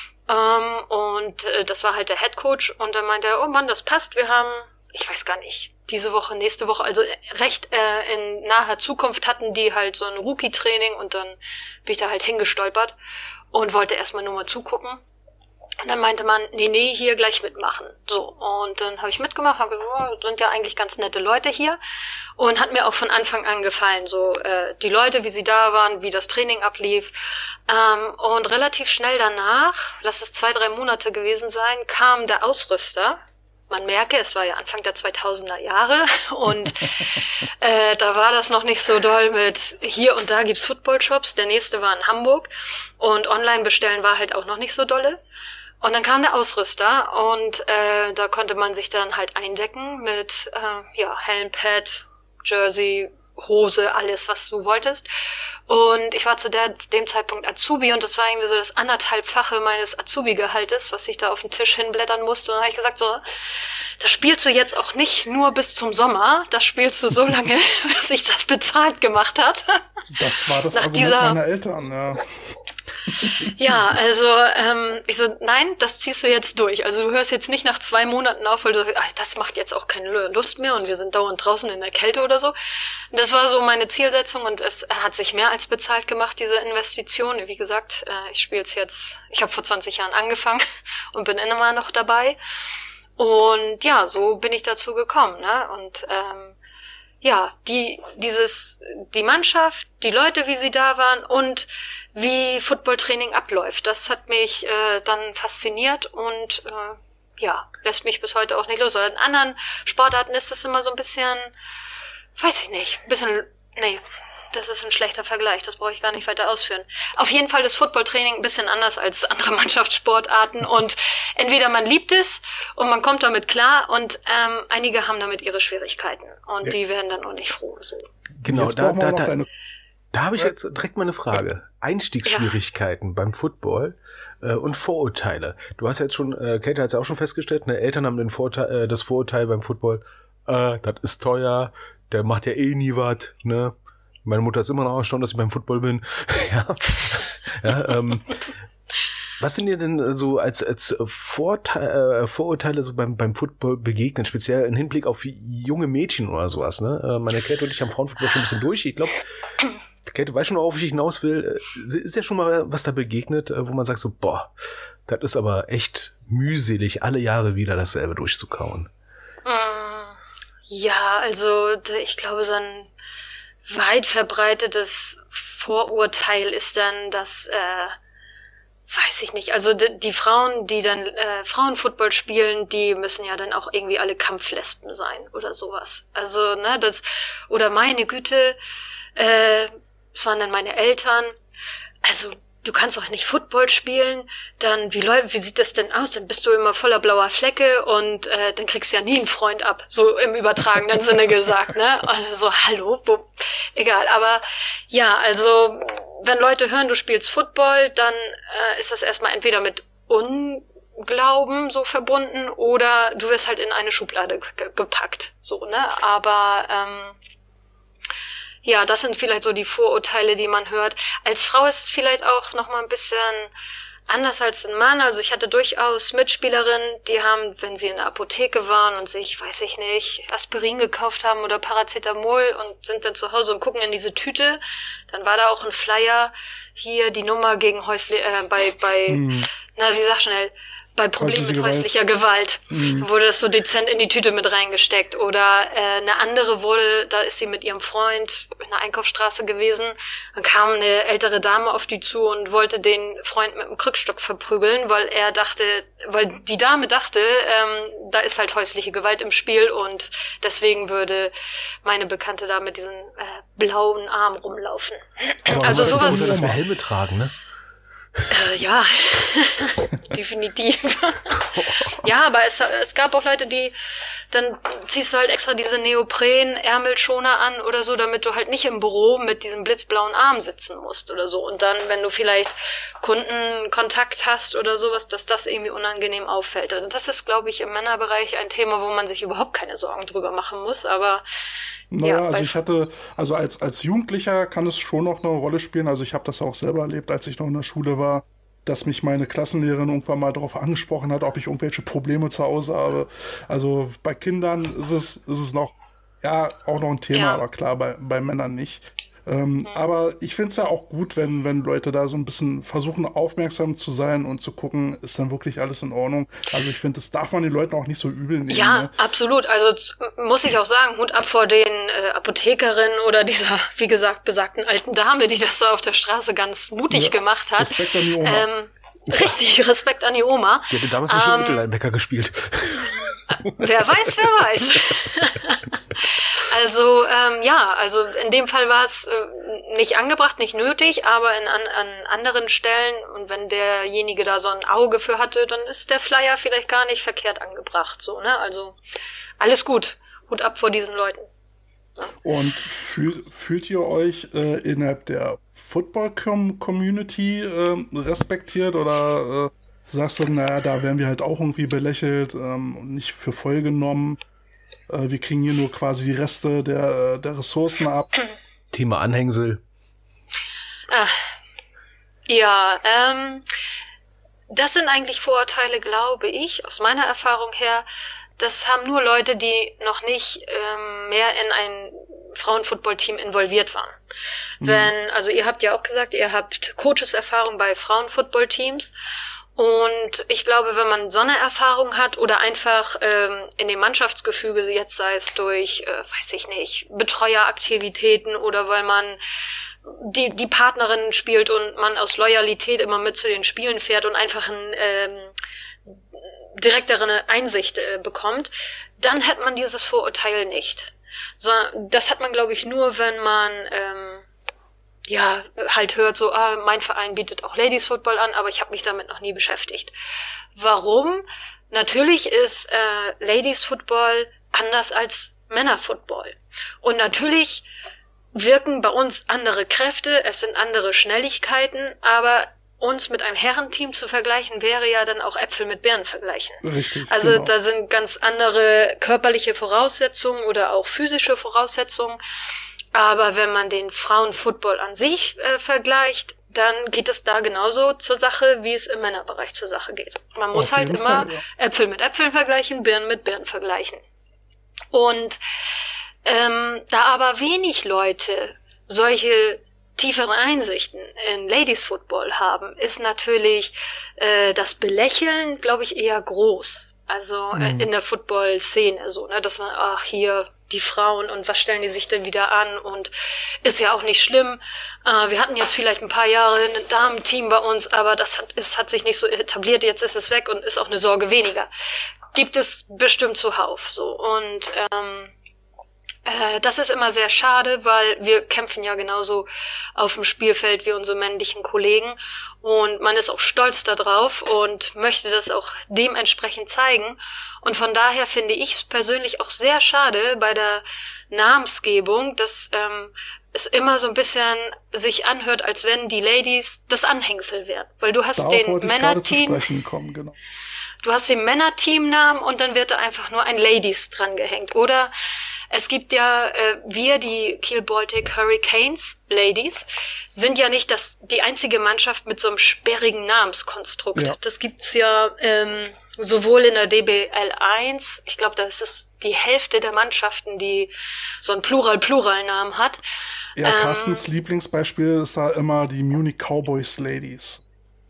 Ähm, und äh, das war halt der Headcoach und dann meinte er, oh Mann, das passt, wir haben, ich weiß gar nicht, diese Woche, nächste Woche, also recht äh, in naher Zukunft hatten die halt so ein Rookie-Training und dann bin ich da halt hingestolpert und wollte erstmal nur mal zugucken. Und dann meinte man, nee, nee, hier gleich mitmachen. So, und dann habe ich mitgemacht, habe gesagt, oh, sind ja eigentlich ganz nette Leute hier. Und hat mir auch von Anfang an gefallen, so äh, die Leute, wie sie da waren, wie das Training ablief. Ähm, und relativ schnell danach, lass es zwei, drei Monate gewesen sein, kam der Ausrüster. Man merke, es war ja Anfang der zweitausender Jahre und äh, da war das noch nicht so doll mit hier und da gibt's Football-Shops. Der nächste war in Hamburg und online bestellen war halt auch noch nicht so dolle. Und dann kam der Ausrüster und äh, da konnte man sich dann halt eindecken mit äh, ja Helmpad, Jersey, Hose, alles, was du wolltest. Und ich war zu der, dem Zeitpunkt Azubi und das war irgendwie so das anderthalbfache meines Azubi-Gehaltes, was ich da auf den Tisch hinblättern musste. Und dann habe ich gesagt, so, das spielst du jetzt auch nicht nur bis zum Sommer, das spielst du so lange, bis sich das bezahlt gemacht hat. Das war das Nach Argument dieser- meiner Eltern, ja. Ja, also ähm, ich so, nein, das ziehst du jetzt durch. Also du hörst jetzt nicht nach zwei Monaten auf, weil du, ach, das macht jetzt auch keine Lust mehr und wir sind dauernd draußen in der Kälte oder so. Das war so meine Zielsetzung und es hat sich mehr als bezahlt gemacht, diese Investition. Wie gesagt, äh, ich spiele es jetzt, ich habe vor zwanzig Jahren angefangen und bin immer noch dabei. Und ja, so bin ich dazu gekommen, ne? Und ähm, ja, die, dieses, die Mannschaft, die Leute, wie sie da waren und wie Footballtraining abläuft, das hat mich äh, dann fasziniert und äh, ja, lässt mich bis heute auch nicht los. In anderen Sportarten ist es immer so ein bisschen, weiß ich nicht, ein bisschen, nee, das ist ein schlechter Vergleich, das brauche ich gar nicht weiter ausführen. Auf jeden Fall ist Footballtraining ein bisschen anders als andere Mannschaftssportarten und entweder man liebt es und man kommt damit klar und ähm, einige haben damit ihre Schwierigkeiten und ja. Die werden dann auch nicht froh. So. Genau, da, da, da, da habe ich jetzt direkt mal eine Frage. Einstiegsschwierigkeiten ja. beim Football äh, und Vorurteile. Du hast ja jetzt schon, äh, Kate hat es ja auch schon festgestellt, ne, Eltern haben den Vorteil, äh, das Vorurteil beim Football, äh, das ist teuer, der macht ja eh nie was, ne? Meine Mutter ist immer noch erstaunt, dass ich beim Football bin. ja. ja ähm, was sind dir denn so als als Vorteil, äh, Vorurteile so beim beim Football begegnet, speziell im Hinblick auf junge Mädchen oder sowas? Ne, äh, meine Käthe und ich haben Frauenfootball schon ein bisschen durch. Ich glaube, Käthe weiß schon, worauf ich hinaus will. Ist ja schon mal was da begegnet, wo man sagt so, boah, das ist aber echt mühselig, alle Jahre wieder dasselbe durchzukauen. Ja, also ich glaube, so ein weit verbreitetes Vorurteil ist dann, dass, äh, weiß ich nicht, also die, die Frauen, die dann äh, Frauenfootball spielen, die müssen ja dann auch irgendwie alle Kampflesben sein oder sowas. Also, ne, das, oder meine Güte, äh, das waren dann meine Eltern, also du kannst doch nicht Football spielen, dann, wie läuft, wie sieht das denn aus? Dann bist du immer voller blauer Flecke und äh, dann kriegst du ja nie einen Freund ab, so im übertragenen Sinne gesagt, ne? Also so, hallo, wo, egal, aber ja, also wenn Leute hören, du spielst Football, dann äh, ist das erstmal entweder mit Unglauben so verbunden oder du wirst halt in eine Schublade ge- gepackt, so, ne? Aber ähm, ja, das sind vielleicht so die Vorurteile, die man hört. Als Frau ist es vielleicht auch noch mal ein bisschen anders als ein Mann. Also ich hatte durchaus Mitspielerinnen, die haben, wenn sie in der Apotheke waren und sich, weiß ich nicht, Aspirin gekauft haben oder Paracetamol und sind dann zu Hause und gucken in diese Tüte, dann war da auch ein Flyer, hier die Nummer gegen häusliche, äh, bei, bei, hm. na, wie sag schnell, bei Problemen mit häuslicher Gewalt, mhm. wurde das so dezent in die Tüte mit reingesteckt. Oder äh, eine andere wurde, da ist sie mit ihrem Freund in der Einkaufsstraße gewesen, dann kam eine ältere Dame auf die zu und wollte den Freund mit dem Krückstock verprügeln, weil er dachte, weil die Dame dachte, ähm, da ist halt häusliche Gewalt im Spiel und deswegen würde meine Bekannte da mit diesem äh, blauen Arm rumlaufen. Aber also sowas. Oder dass wir Helme tragen, ne? Äh, ja, definitiv. Ja, aber es, es gab auch Leute, die, dann ziehst du halt extra diese Neopren-Ärmelschoner an oder so, damit du halt nicht im Büro mit diesem blitzblauen Arm sitzen musst oder so. Und dann, wenn du vielleicht Kundenkontakt hast oder sowas, dass das irgendwie unangenehm auffällt. Also das ist, glaube ich, im Männerbereich ein Thema, wo man sich überhaupt keine Sorgen drüber machen muss, aber Naja, ja, also ich hatte, also als als Jugendlicher kann es schon noch eine Rolle spielen. Also ich habe das auch selber erlebt, als ich noch in der Schule war, dass mich meine Klassenlehrerin irgendwann mal darauf angesprochen hat, ob ich irgendwelche Probleme zu Hause habe. Also bei Kindern ist es ist es noch, ja, auch noch ein Thema, ja. Aber klar, bei bei Männern nicht. Ähm, mhm. Aber ich finde es ja auch gut, wenn wenn Leute da so ein bisschen versuchen, aufmerksam zu sein und zu gucken, ist dann wirklich alles in Ordnung. Also ich finde, das darf man den Leuten auch nicht so übel nehmen. Ja, ne? Absolut. Also muss ich auch sagen, Hut ab vor den äh, Apothekerinnen oder dieser, wie gesagt, besagten alten Dame, die das so auf der Straße ganz mutig ja, gemacht hat. Respekt an die Oma. Ähm, richtig, Respekt an die Oma. Die hat damals ähm, schon Mitteleinbäcker gespielt. Wer weiß, wer weiß. Also, ähm, ja, also in dem Fall war es äh, nicht angebracht, nicht nötig, aber in, an, an anderen Stellen, und wenn derjenige da so ein Auge für hatte, dann ist der Flyer vielleicht gar nicht verkehrt angebracht, so, ne? Also, alles gut. Hut ab vor diesen Leuten. Ja. Und fühl, fühlt ihr euch äh, innerhalb der Football-Community äh, respektiert oder äh, sagst du, naja, da werden wir halt auch irgendwie belächelt ähm, und nicht für voll genommen? Wir kriegen hier nur quasi die Reste der, der Ressourcen ab. Thema Anhängsel. Ach, Ja, ähm, das sind eigentlich Vorurteile, glaube ich, aus meiner Erfahrung her. Das haben nur Leute, die noch nicht ähm, mehr in ein Frauenfootballteam involviert waren. Mhm. Wenn, also ihr habt ja auch gesagt, ihr habt Coaches-Erfahrung bei Frauenfootballteams. Und ich glaube, wenn man so eine Erfahrung hat oder einfach ähm, in dem Mannschaftsgefüge, jetzt sei es durch, äh, weiß ich nicht, Betreueraktivitäten oder weil man die die Partnerin spielt und man aus Loyalität immer mit zu den Spielen fährt und einfach ein ähm, direktere Einsicht äh, bekommt, dann hat man dieses Vorurteil nicht. So, das hat man, glaube ich, nur, wenn man ähm, ja halt hört, so, ah, mein Verein bietet auch Ladies Football an, aber ich habe mich damit noch nie beschäftigt. Warum? Natürlich ist äh, Ladies Football anders als Männer Football. Und natürlich wirken bei uns andere Kräfte, es sind andere Schnelligkeiten, aber uns mit einem Herrenteam zu vergleichen, wäre ja dann auch Äpfel mit Birnen vergleichen. Richtig. Also genau. Da sind ganz andere körperliche Voraussetzungen oder auch physische Voraussetzungen. Aber wenn man den Frauenfootball an sich äh, vergleicht, dann geht es da genauso zur Sache, wie es im Männerbereich zur Sache geht. Man muss Auf halt jeden immer Fall, ja. Äpfel mit Äpfeln vergleichen, Birnen mit Birnen vergleichen. Und ähm, da aber wenig Leute solche tieferen Einsichten in Ladies Football haben, ist natürlich äh, das Belächeln, glaube ich, eher groß. Also äh, in der Football-Szene so, ne, dass man, ach, hier die Frauen und was stellen die sich denn wieder an und ist ja auch nicht schlimm. Äh, wir hatten jetzt vielleicht ein paar Jahre ein Damenteam bei uns, aber das hat, es hat sich nicht so etabliert, jetzt ist es weg und ist auch eine Sorge weniger. Gibt es bestimmt zuhauf so. Und ähm, äh, das ist immer sehr schade, weil wir kämpfen ja genauso auf dem Spielfeld wie unsere männlichen Kollegen und man ist auch stolz darauf und möchte das auch dementsprechend zeigen. Und von daher finde ich es persönlich auch sehr schade bei der Namensgebung, dass ähm, es immer so ein bisschen sich anhört, als wenn die Ladies das Anhängsel wären. Weil du hast Darauf den wollte ich Männerteam, gerade zu sprechen kommen, genau. du hast den Männerteamnamen und dann wird da einfach nur ein Ladies dran gehängt. Oder es gibt ja, äh, wir, die Kiel Baltic Hurricanes Ladies, sind ja nicht das die einzige Mannschaft mit so einem sperrigen Namenskonstrukt. Ja. Das gibt's ja ähm, sowohl in der D B L eins, ich glaube, das ist die Hälfte der Mannschaften, die so einen Plural-Plural-Namen hat. Ja, ähm, Carstens Lieblingsbeispiel ist da immer die Munich Cowboys Ladies.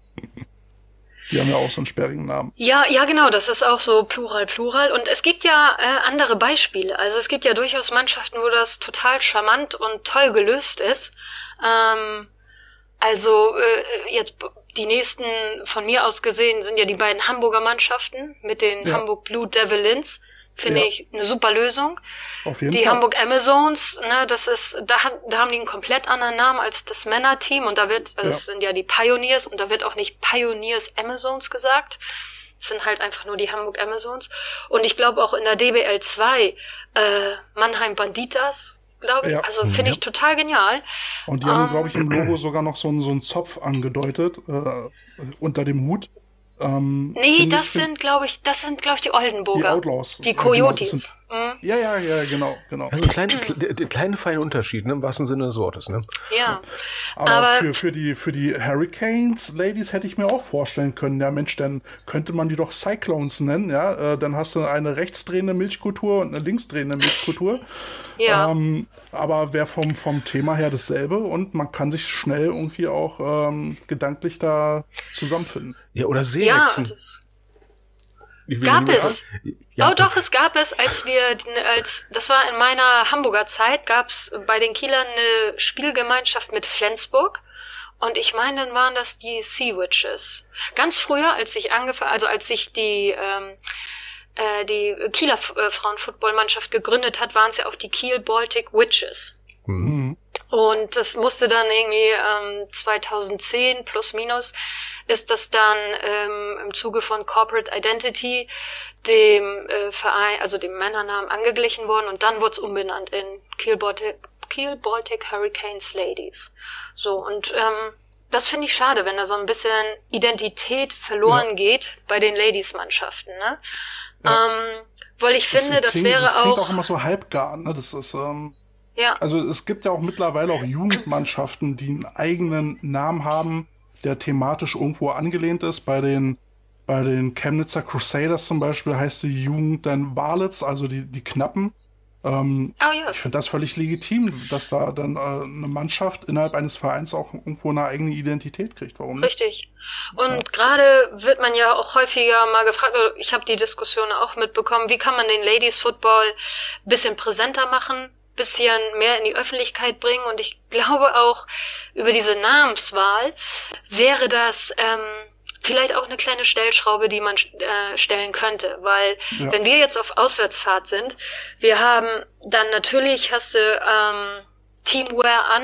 Die haben ja auch so einen sperrigen Namen. Ja, ja, genau, das ist auch so Plural, Plural. Und es gibt ja äh, andere Beispiele. Also es gibt ja durchaus Mannschaften, wo das total charmant und toll gelöst ist. Ähm, also äh, jetzt die nächsten von mir aus gesehen sind ja die beiden Hamburger Mannschaften mit den ja. Hamburg Blue Devils. Finde ja. ich eine super Lösung. Auf jeden die Fall. Hamburg Amazons, ne, das ist, da, hat, da haben die einen komplett anderen Namen als das Männerteam und da wird, also ja. das sind ja die Pioneers und da wird auch nicht Pioneers Amazons gesagt. Das sind halt einfach nur die Hamburg Amazons. Und ich glaube auch in der D B L zwei, äh, Mannheim Banditas, glaube ich. Ja. Also finde ja. ich total genial. Und die um, haben, glaube ich, im Logo sogar noch so einen, so einen Zopf angedeutet, äh, unter dem Hut. Ähm, nee, das sind, glaube ich, das sind, glaube ich, die Oldenburger. Die Outlaws. Die Coyotes. Ja, genau, sind, mhm. ja, ja, ja, genau, genau. Also kleine, kleine, kleine feine Unterschied, ne, im wahrsten Sinne des Wortes, ne? Ja. Aber, Aber für, für die, für die Hurricanes Ladies hätte ich mir auch vorstellen können, ja Mensch, dann könnte man die doch Cyclones nennen, ja, äh, dann hast du eine rechtsdrehende Milchkultur und eine linksdrehende Milchkultur. Ja. Ähm, aber wäre vom, vom Thema her dasselbe und man kann sich schnell irgendwie auch ähm, gedanklich da zusammenfinden. Ja, oder Seehexen. Ja, gab es. Ja. Oh doch, es gab es, als wir, als das war in meiner Hamburger Zeit, gab es bei den Kielern eine Spielgemeinschaft mit Flensburg. Und ich meine, dann waren das die Sea Witches. Ganz früher, als ich angefangen, also als ich die ähm, äh, die Kieler äh, Frauenfootballmannschaft gegründet hat, waren es ja auch die Kiel Baltic Witches. Mhm. Und das musste dann irgendwie ähm, zweitausendzehn plus minus ist das dann ähm, im Zuge von Corporate Identity dem äh, Verein, also dem Männernamen angeglichen worden und dann wurde es umbenannt in Kiel Baltic, Kiel Baltic Hurricanes Ladies. So, und ähm, das finde ich schade, wenn da so ein bisschen Identität verloren ja. geht bei den Ladies-Mannschaften, ne? Ja. Ähm, weil ich finde, das, das klingt, wäre das klingt auch... auch immer so halbgar, ne? Das ist... Ähm Ja. Also es gibt ja auch mittlerweile auch Jugendmannschaften, die einen eigenen Namen haben, der thematisch irgendwo angelehnt ist. Bei den bei den Chemnitzer Crusaders zum Beispiel heißt die Jugend dann Varlets, also die, die Knappen. Ähm, oh, ja. Ich finde das völlig legitim, dass da dann äh, eine Mannschaft innerhalb eines Vereins auch irgendwo eine eigene Identität kriegt. Warum nicht? Richtig. Und ja. gerade wird man ja auch häufiger mal gefragt, ich habe die Diskussion auch mitbekommen, wie kann man den Ladies Football ein bisschen präsenter machen, bisschen mehr in die Öffentlichkeit bringen. Und ich glaube auch, über diese Namenswahl wäre das ähm, vielleicht auch eine kleine Stellschraube, die man äh, stellen könnte, weil ja. wenn wir jetzt auf Auswärtsfahrt sind, wir haben dann natürlich, hast du ähm, Teamwear an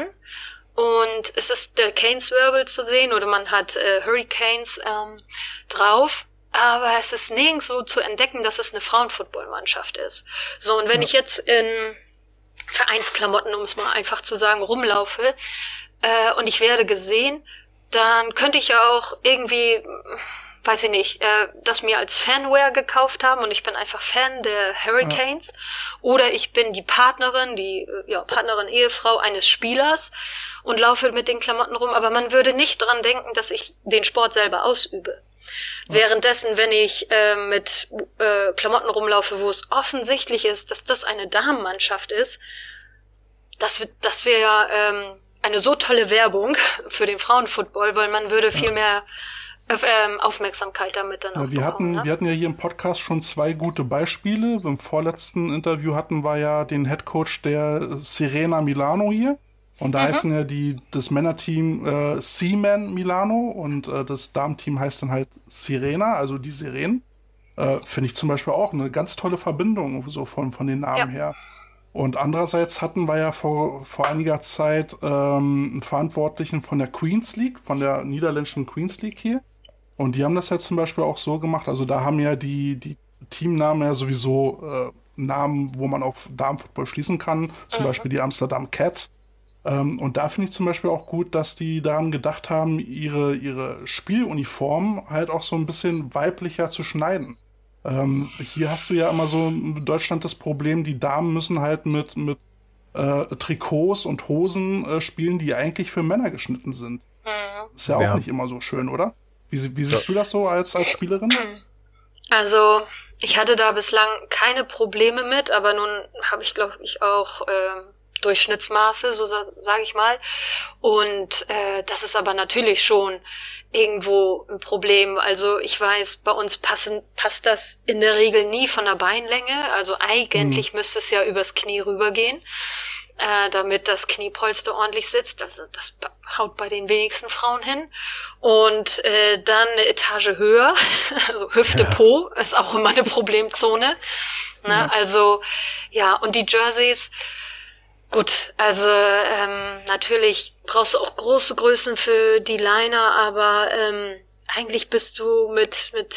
und es ist der Canes-Wirbel zu sehen oder man hat äh, Hurricanes ähm, drauf, aber es ist nirgends so zu entdecken, dass es eine Frauenfootballmannschaft ist. So, und wenn ja. ich jetzt in Vereinsklamotten, um es mal einfach zu sagen, rumlaufe äh, und ich werde gesehen, dann könnte ich ja auch irgendwie, weiß ich nicht, äh, das mir als Fanwear gekauft haben und ich bin einfach Fan der Hurricanes. Ja. Oder ich bin die Partnerin, die ja Partnerin, Ehefrau eines Spielers und laufe mit den Klamotten rum. Aber man würde nicht dran denken, dass ich den Sport selber ausübe. Ja. Währenddessen, wenn ich äh, mit äh, Klamotten rumlaufe, wo es offensichtlich ist, dass das eine Damenmannschaft ist, das, das wäre ja ähm, eine so tolle Werbung für den Frauenfootball, weil man würde viel mehr äh, Aufmerksamkeit damit dann auch ja, wir bekommen. Hatten, ne? Wir hatten ja hier im Podcast schon zwei gute Beispiele. Im vorletzten Interview hatten wir ja den Headcoach der Sirena Milano hier. Und da mhm. heißen ja die, das Männerteam äh, Seaman Milano und äh, das Damenteam heißt dann halt Sirena, also die Sirenen. Äh, Finde ich zum Beispiel auch eine ganz tolle Verbindung, so von, von den Namen ja. her. Und andererseits hatten wir ja vor, vor einiger Zeit ähm, einen Verantwortlichen von der Queens League, von der niederländischen Queens League hier. Und die haben das ja zum Beispiel auch so gemacht. Also da haben ja die, die Teamnamen ja sowieso äh, Namen, wo man auf Damenfootball schließen kann. Zum mhm. Beispiel die Amsterdam Cats. Ähm, und da finde ich zum Beispiel auch gut, dass die daran gedacht haben, ihre, ihre Spieluniformen halt auch so ein bisschen weiblicher zu schneiden. Ähm, hier hast du ja immer so in Deutschland das Problem, die Damen müssen halt mit, mit äh, Trikots und Hosen äh, spielen, die eigentlich für Männer geschnitten sind. Mhm. Ist ja auch ja. nicht immer so schön, oder? Wie, wie siehst ja. du das so als, als Spielerin? Also, ich hatte da bislang keine Probleme mit, aber nun habe ich, glaube ich, auch äh, Durchschnittsmaße, so sa- sage ich mal. Und äh, das ist aber natürlich schon irgendwo ein Problem. Also ich weiß, bei uns passen, passt das in der Regel nie von der Beinlänge. Also eigentlich mhm. müsste es ja übers Knie rübergehen, äh, damit das Kniepolster ordentlich sitzt. Also das haut bei den wenigsten Frauen hin. Und äh, dann eine Etage höher, also Hüfte, ja. Po, ist auch immer eine Problemzone. Ne? Ja. Also ja, und die Jerseys, gut, also ähm, natürlich brauchst du auch große Größen für die Liner, aber ähm, eigentlich bist du mit mit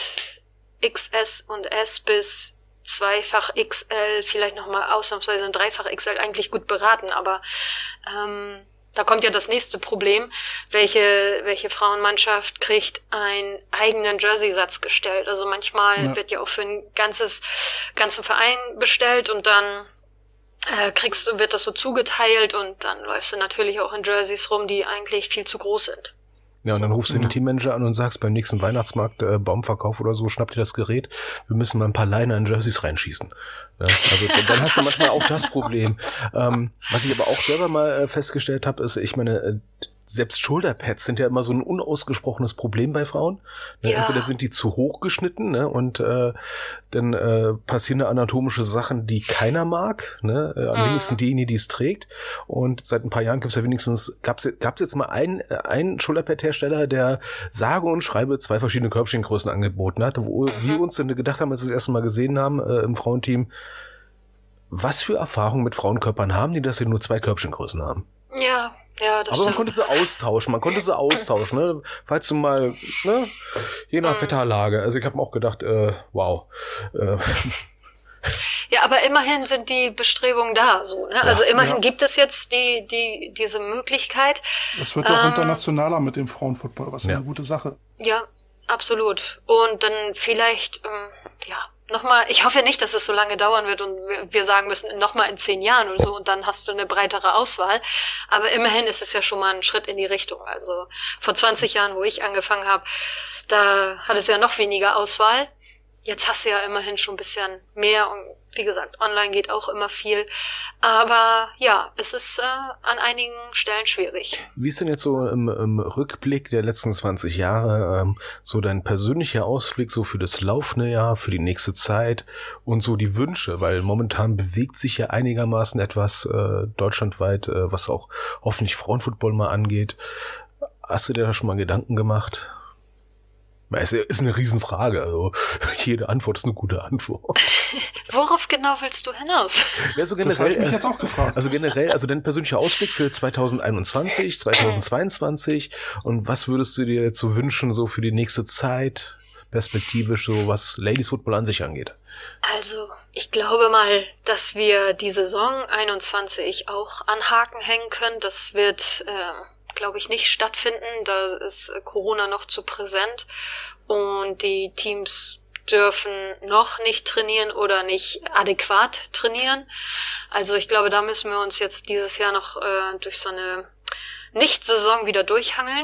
X S und S bis zweifach X L, vielleicht nochmal ausnahmsweise ein dreifach X L eigentlich gut beraten, aber ähm, da kommt ja das nächste Problem, welche welche Frauenmannschaft kriegt einen eigenen Jersey-Satz gestellt. Also manchmal ja. wird ja auch für ein ganzes ganzen Verein bestellt und dann Äh, kriegst du, wird das so zugeteilt und dann läufst du natürlich auch in Jerseys rum, die eigentlich viel zu groß sind. Ja, und dann rufst du den Teammanager an und sagst, beim nächsten Weihnachtsmarkt, äh, Baumverkauf oder so, schnapp dir das Gerät, wir müssen mal ein paar Liner in Jerseys reinschießen. Ja, also dann hast du manchmal auch das Problem. Ähm, was ich aber auch selber mal äh, festgestellt habe, ist, ich meine, äh, selbst Shoulderpads sind ja immer so ein unausgesprochenes Problem bei Frauen. Ne? Ja. Entweder sind die zu hoch geschnitten, ne? und äh, dann äh, passieren da anatomische Sachen, die keiner mag. Ne? Äh, am mhm. wenigsten diejenige, die es trägt. Und seit ein paar Jahren gibt es ja wenigstens, gab es jetzt mal einen, einen Shoulderpad-Hersteller, der sage und schreibe zwei verschiedene Körbchengrößen angeboten hat, wo mhm. wir uns dann gedacht haben, als wir das erste Mal gesehen haben äh, im Frauenteam, was für Erfahrungen mit Frauenkörpern haben die, dass sie nur zwei Körbchengrößen haben. Ja, ja, das Aber man stimmt. konnte sie austauschen, man konnte sie austauschen, ne? Falls du mal, ne? Je nach mm. Wetterlage. Also ich habe mir auch gedacht, äh, wow. Äh. Ja, aber immerhin sind die Bestrebungen da, so, ne? Ja, also immerhin ja. gibt es jetzt die, die, diese Möglichkeit. Es wird ja auch ähm, internationaler mit dem Frauenfootball, was ja. eine gute Sache. Ja, absolut. Und dann vielleicht, ähm, ja, nochmal, ich hoffe nicht, dass es so lange dauern wird und wir sagen müssen, nochmal in zehn Jahren oder so und dann hast du eine breitere Auswahl. Aber immerhin ist es ja schon mal ein Schritt in die Richtung. Also vor zwanzig Jahren, wo ich angefangen habe, da hat es ja noch weniger Auswahl. Jetzt hast du ja immerhin schon ein bisschen mehr und wie gesagt, online geht auch immer viel. Aber ja, es ist äh, an einigen Stellen schwierig. Wie ist denn jetzt so im, im Rückblick der letzten zwanzig Jahre ähm, so dein persönlicher Ausblick so für das laufende Jahr, für die nächste Zeit und so die Wünsche? Weil momentan bewegt sich ja einigermaßen etwas äh, deutschlandweit, äh, was auch hoffentlich Frauenfootball mal angeht. Hast du dir da schon mal Gedanken gemacht? Es ist eine Riesenfrage, also jede Antwort ist eine gute Antwort. Worauf genau willst du hinaus? Ja, so generell, das habe ich mich jetzt auch gefragt. Also generell, also dein persönlicher Ausblick für zwanzig einundzwanzig, zwanzig zweiundzwanzig und was würdest du dir jetzt so wünschen, so für die nächste Zeit, perspektivisch, so was Ladies Football an sich angeht? Also, ich glaube mal, dass wir die Saison einundzwanzig auch an Haken hängen können. Das wird... Äh, glaube ich, nicht stattfinden. Da ist Corona noch zu präsent und die Teams dürfen noch nicht trainieren oder nicht adäquat trainieren. Also ich glaube, da müssen wir uns jetzt dieses Jahr noch äh, durch so eine Nicht-Saison wieder durchhangeln.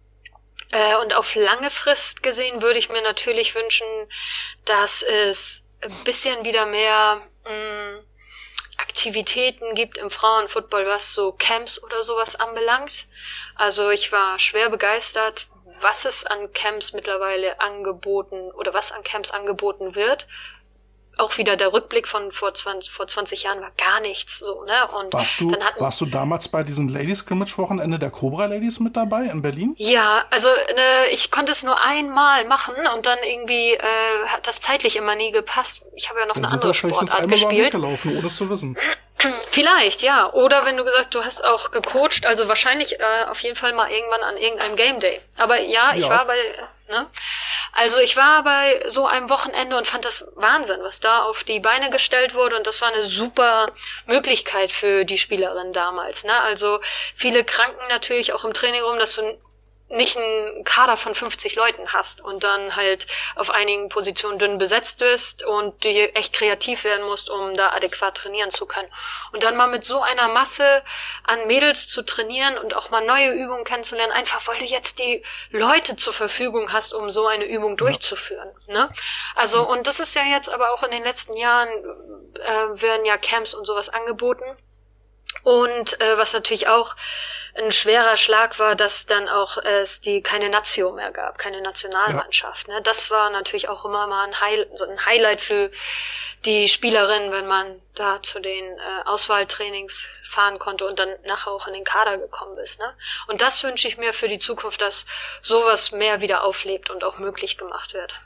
Äh, und auf lange Frist gesehen würde ich mir natürlich wünschen, dass es ein bisschen wieder mehr mh, Aktivitäten gibt im Frauenfootball, was so Camps oder sowas anbelangt. Also ich war schwer begeistert, was es an Camps mittlerweile angeboten oder was an Camps angeboten wird. Auch wieder der Rückblick von vor zwanzig, vor zwanzig Jahren war gar nichts so, ne? Und warst du, dann hatten, warst du damals bei diesem Ladies Scrimmage Wochenende der Cobra Ladies mit dabei in Berlin? Ja, also ne, ich konnte es nur einmal machen und dann irgendwie äh, hat das zeitlich immer nie gepasst. Ich habe ja noch dann eine andere Sportart gespielt. Gelaufen, ohne es zu wissen. Vielleicht, ja. Oder wenn du gesagt, du hast auch gecoacht, also wahrscheinlich äh, auf jeden Fall mal irgendwann an irgendeinem Game Day. Aber ja, ich ja. war bei, ne? Also ich war bei so einem Wochenende und fand das Wahnsinn, was da auf die Beine gestellt wurde und das war eine super Möglichkeit für die Spielerin damals, ne? Also viele kranken natürlich auch im Training rum, dass du nicht einen Kader von fünfzig Leuten hast und dann halt auf einigen Positionen dünn besetzt bist und die echt kreativ werden musst, um da adäquat trainieren zu können. Und dann mal mit so einer Masse an Mädels zu trainieren und auch mal neue Übungen kennenzulernen, einfach weil du jetzt die Leute zur Verfügung hast, um so eine Übung durchzuführen. Ne? Also, und das ist ja jetzt aber auch in den letzten Jahren, äh, werden ja Camps und sowas angeboten. Und äh, was natürlich auch ein schwerer Schlag war, dass dann auch es die keine Nazio mehr gab, keine Nationalmannschaft. Ja. Ne? Das war natürlich auch immer mal ein, High, so ein Highlight für die Spielerin, wenn man da zu den äh, Auswahltrainings fahren konnte und dann nachher auch in den Kader gekommen ist. Ne? Und das wünsche ich mir für die Zukunft, dass sowas mehr wieder auflebt und auch möglich gemacht wird.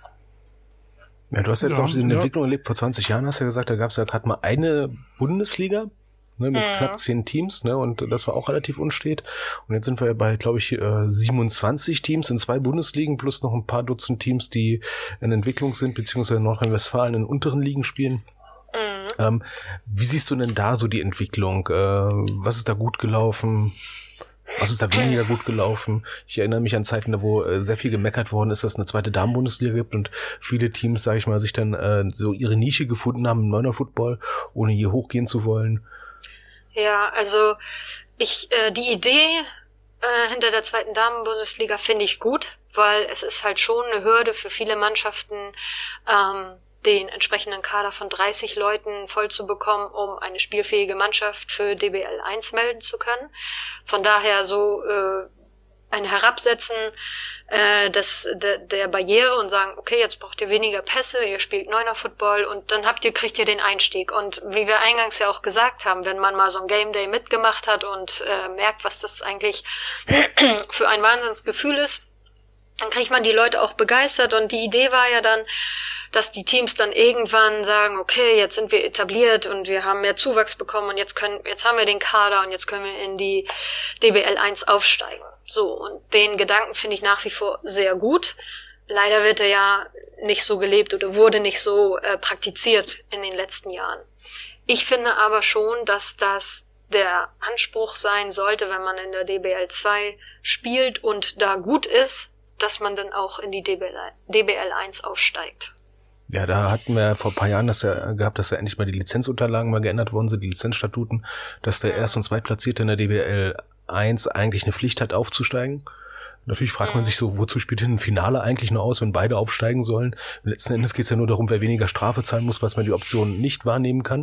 Ja, du hast jetzt ja, auch diese ja. Entwicklung erlebt. Vor zwanzig Jahren hast du ja gesagt, da gab es ja gerade mal eine Bundesliga. Ne, mit mhm. knapp zehn Teams, ne, und das war auch relativ unstet. Und jetzt sind wir ja bei, glaube ich, siebenundzwanzig Teams in zwei Bundesligen plus noch ein paar Dutzend Teams, die in Entwicklung sind, beziehungsweise in Nordrhein-Westfalen in unteren Ligen spielen. Mhm. Ähm, wie siehst du denn da so die Entwicklung? Äh, was ist da gut gelaufen? Was ist da weniger gut gelaufen? Ich erinnere mich an Zeiten, wo äh, sehr viel gemeckert worden ist, dass es eine zweite Damen-Bundesliga gibt und viele Teams, sage ich mal, sich dann äh, so ihre Nische gefunden haben im Neuner-Football, ohne hier hochgehen zu wollen. Ja, also ich äh, die Idee äh, hinter der zweiten Damen-Bundesliga finde ich gut, weil es ist halt schon eine Hürde für viele Mannschaften, ähm, den entsprechenden Kader von dreißig Leuten voll zu bekommen, um eine spielfähige Mannschaft für D B L eins melden zu können. Von daher so äh, ein Herabsetzen äh, des, de, der Barriere und sagen, okay, jetzt braucht ihr weniger Pässe, ihr spielt Neuner Football und dann habt ihr, kriegt ihr den Einstieg. Und wie wir eingangs ja auch gesagt haben, wenn man mal so ein Game Day mitgemacht hat und äh, merkt, was das eigentlich für ein Wahnsinnsgefühl ist, dann kriegt man die Leute auch begeistert und die Idee war ja dann, dass die Teams dann irgendwann sagen, okay, jetzt sind wir etabliert und wir haben mehr Zuwachs bekommen und jetzt können, jetzt haben wir den Kader und jetzt können wir in die D B L eins aufsteigen. So, und den Gedanken finde ich nach wie vor sehr gut. Leider wird er ja nicht so gelebt oder wurde nicht so äh, praktiziert in den letzten Jahren. Ich finde aber schon, dass das der Anspruch sein sollte, wenn man in der D B L zwei spielt und da gut ist, dass man dann auch in die D B L eins aufsteigt. Ja, da hatten wir vor ein paar Jahren das ja gehabt, dass ja endlich mal die Lizenzunterlagen mal geändert worden sind, die Lizenzstatuten, dass der Erst- und Zweitplatzierte in der D B L eins eigentlich eine Pflicht hat, aufzusteigen. Natürlich fragt man sich so, wozu spielt denn ein Finale eigentlich nur aus, wenn beide aufsteigen sollen? Letzten Endes geht es ja nur darum, wer weniger Strafe zahlen muss, was man die Option nicht wahrnehmen kann.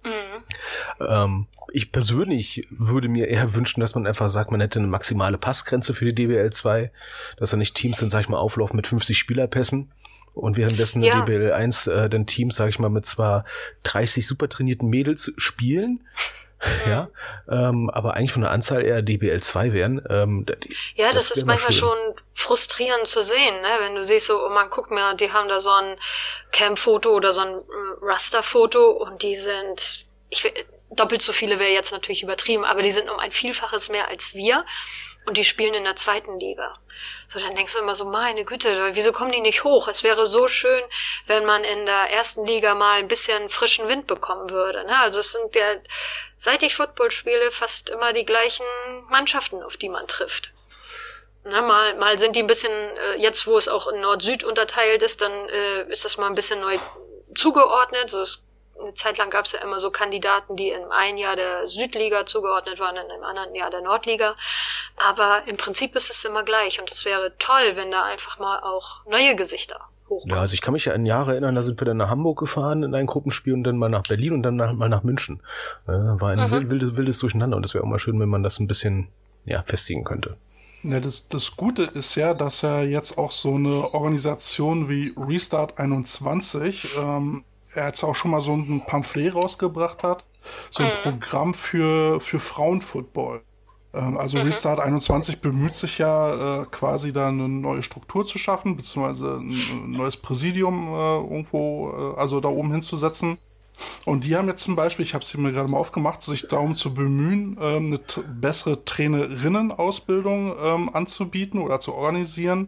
Mhm. Ähm, ich persönlich würde mir eher wünschen, dass man einfach sagt, man hätte eine maximale Passgrenze für die D B L zwei, dass da nicht Teams dann, sag ich mal, auflaufen mit fünfzig Spielerpässen und währenddessen ja. in der D B L eins äh, dann Teams, sag ich mal, mit zwar dreißig super trainierten Mädels spielen, mhm. ja, ähm, aber eigentlich von der Anzahl eher D B L zwei wären. Ähm, die, ja, das, das ist manchmal schön. Schon frustrierend zu sehen, ne? Wenn du siehst, so, oh man, guck mal, die haben da so ein Cam-Foto oder so ein Raster-Foto und die sind, ich will, doppelt so viele wäre jetzt natürlich übertrieben, aber die sind um ein Vielfaches mehr als wir und die spielen in der zweiten Liga. So, dann denkst du immer so, meine Güte, wieso kommen die nicht hoch? Es wäre so schön, wenn man in der ersten Liga mal ein bisschen frischen Wind bekommen würde, ne? Also es sind ja, seit ich Football spiele, fast immer die gleichen Mannschaften, auf die man trifft. Na, mal, mal sind die ein bisschen, äh, jetzt wo es auch in Nord-Süd unterteilt ist, dann äh, ist das mal ein bisschen neu zugeordnet. So, es, eine Zeit lang gab es ja immer so Kandidaten, die in einem Jahr der Südliga zugeordnet waren, in einem anderen Jahr der Nordliga. Aber im Prinzip ist es immer gleich und es wäre toll, wenn da einfach mal auch neue Gesichter hochkommen. Ja, also ich kann mich ja an Jahre erinnern, da sind wir dann nach Hamburg gefahren in ein Gruppenspiel und dann mal nach Berlin und dann nach, mal nach München. Äh, war ein mhm. wildes, wildes Durcheinander und das wäre auch mal schön, wenn man das ein bisschen ja, festigen könnte. Ja, das, das Gute ist ja, dass er jetzt auch so eine Organisation wie Restart einundzwanzig, ähm, er jetzt auch schon mal so ein Pamphlet rausgebracht hat, so ein mhm. Programm für, für Frauenfootball. Ähm, also mhm. Restart einundzwanzig bemüht sich ja äh, quasi da eine neue Struktur zu schaffen, beziehungsweise ein neues Präsidium äh, irgendwo, äh, also da oben hinzusetzen. Und die haben jetzt zum Beispiel, ich habe es mir gerade mal aufgemacht, sich darum zu bemühen, ähm, eine t- bessere Trainerinnenausbildung ähm, anzubieten oder zu organisieren.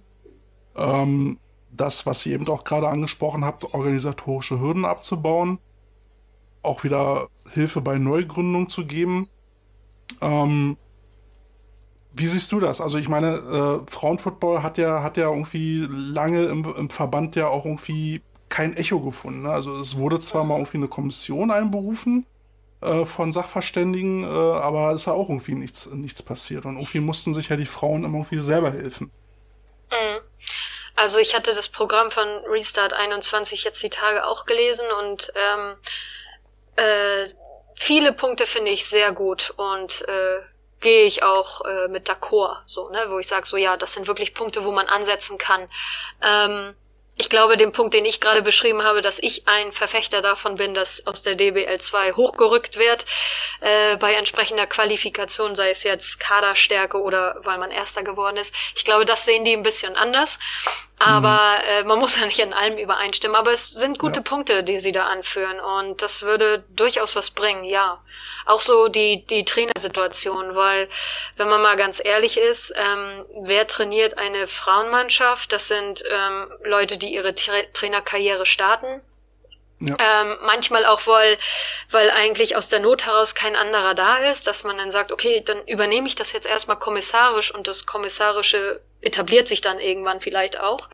Ähm, das, was ihr eben auch gerade angesprochen habt, organisatorische Hürden abzubauen. Auch wieder Hilfe bei Neugründung zu geben. Ähm, wie siehst du das? Also ich meine, äh, Frauenfootball hat ja, hat ja irgendwie lange im, im Verband ja auch irgendwie kein Echo gefunden. Ne? Also es wurde zwar mal irgendwie eine Kommission einberufen äh, von Sachverständigen, äh, aber es ist ja auch irgendwie nichts, nichts passiert. Und irgendwie mussten sich ja die Frauen immer irgendwie selber helfen. Mhm. Also ich hatte das Programm von Restart einundzwanzig jetzt die Tage auch gelesen und ähm, äh, viele Punkte finde ich sehr gut und äh, gehe ich auch äh, mit d'accord, so, ne, wo ich sage, so ja, das sind wirklich Punkte, wo man ansetzen kann. Ähm, Ich glaube, den Punkt, den ich gerade beschrieben habe, dass ich ein Verfechter davon bin, dass aus der D B L zwei hochgerückt wird, äh, bei entsprechender Qualifikation, sei es jetzt Kaderstärke oder weil man Erster geworden ist. Ich glaube, das sehen die ein bisschen anders. Aber mhm. äh, man muss ja nicht in allem übereinstimmen. Aber es sind gute ja. Punkte, die sie da anführen. Und das würde durchaus was bringen, ja. Auch so die die Trainersituation, weil, wenn man mal ganz ehrlich ist, ähm, wer trainiert eine Frauenmannschaft? Das sind ähm, Leute, die ihre Tra- Trainerkarriere starten. Ja. Ähm, manchmal auch, weil, weil eigentlich aus der Not heraus kein anderer da ist, dass man dann sagt, okay, dann übernehme ich das jetzt erstmal kommissarisch und das Kommissarische etabliert sich dann irgendwann vielleicht auch.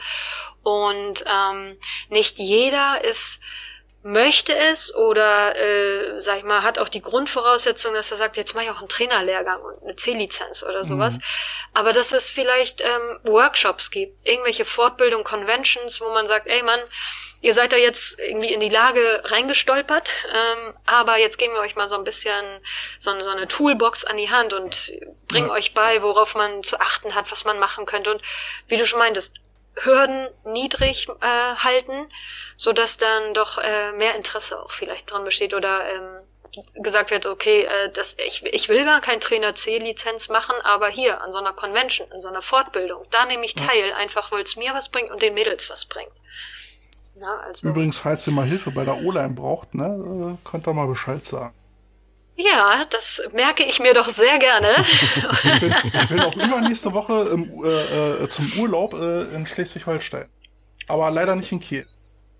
Und ähm, nicht jeder ist möchte es oder, äh, sag ich mal, hat auch die Grundvoraussetzung, dass er sagt, jetzt mache ich auch einen Trainerlehrgang und eine C-Lizenz oder sowas. Mhm. Aber dass es vielleicht ähm, Workshops gibt, irgendwelche Fortbildung, Conventions, wo man sagt, ey Mann, ihr seid da jetzt irgendwie in die Lage reingestolpert, ähm, aber jetzt geben wir euch mal so ein bisschen so eine, so eine Toolbox an die Hand und bringen ja. euch bei, worauf man zu achten hat, was man machen könnte. Und wie du schon meintest, Hürden niedrig äh, halten, so dass dann doch äh, mehr Interesse auch vielleicht dran besteht oder ähm, gesagt wird, okay, äh, das, ich, ich will gar kein Trainer-C-Lizenz machen, aber hier an so einer Convention, an so einer Fortbildung, da nehme ich teil, einfach weil es mir was bringt und den Mädels was bringt. Na, also. Übrigens, falls ihr mal Hilfe bei der O-Line braucht, ne, könnt ihr mal Bescheid sagen. Ja, das merke ich mir doch sehr gerne. ich, bin, ich bin auch übernächste Woche im, äh, äh, zum Urlaub äh, in Schleswig-Holstein. Aber leider nicht in Kiel.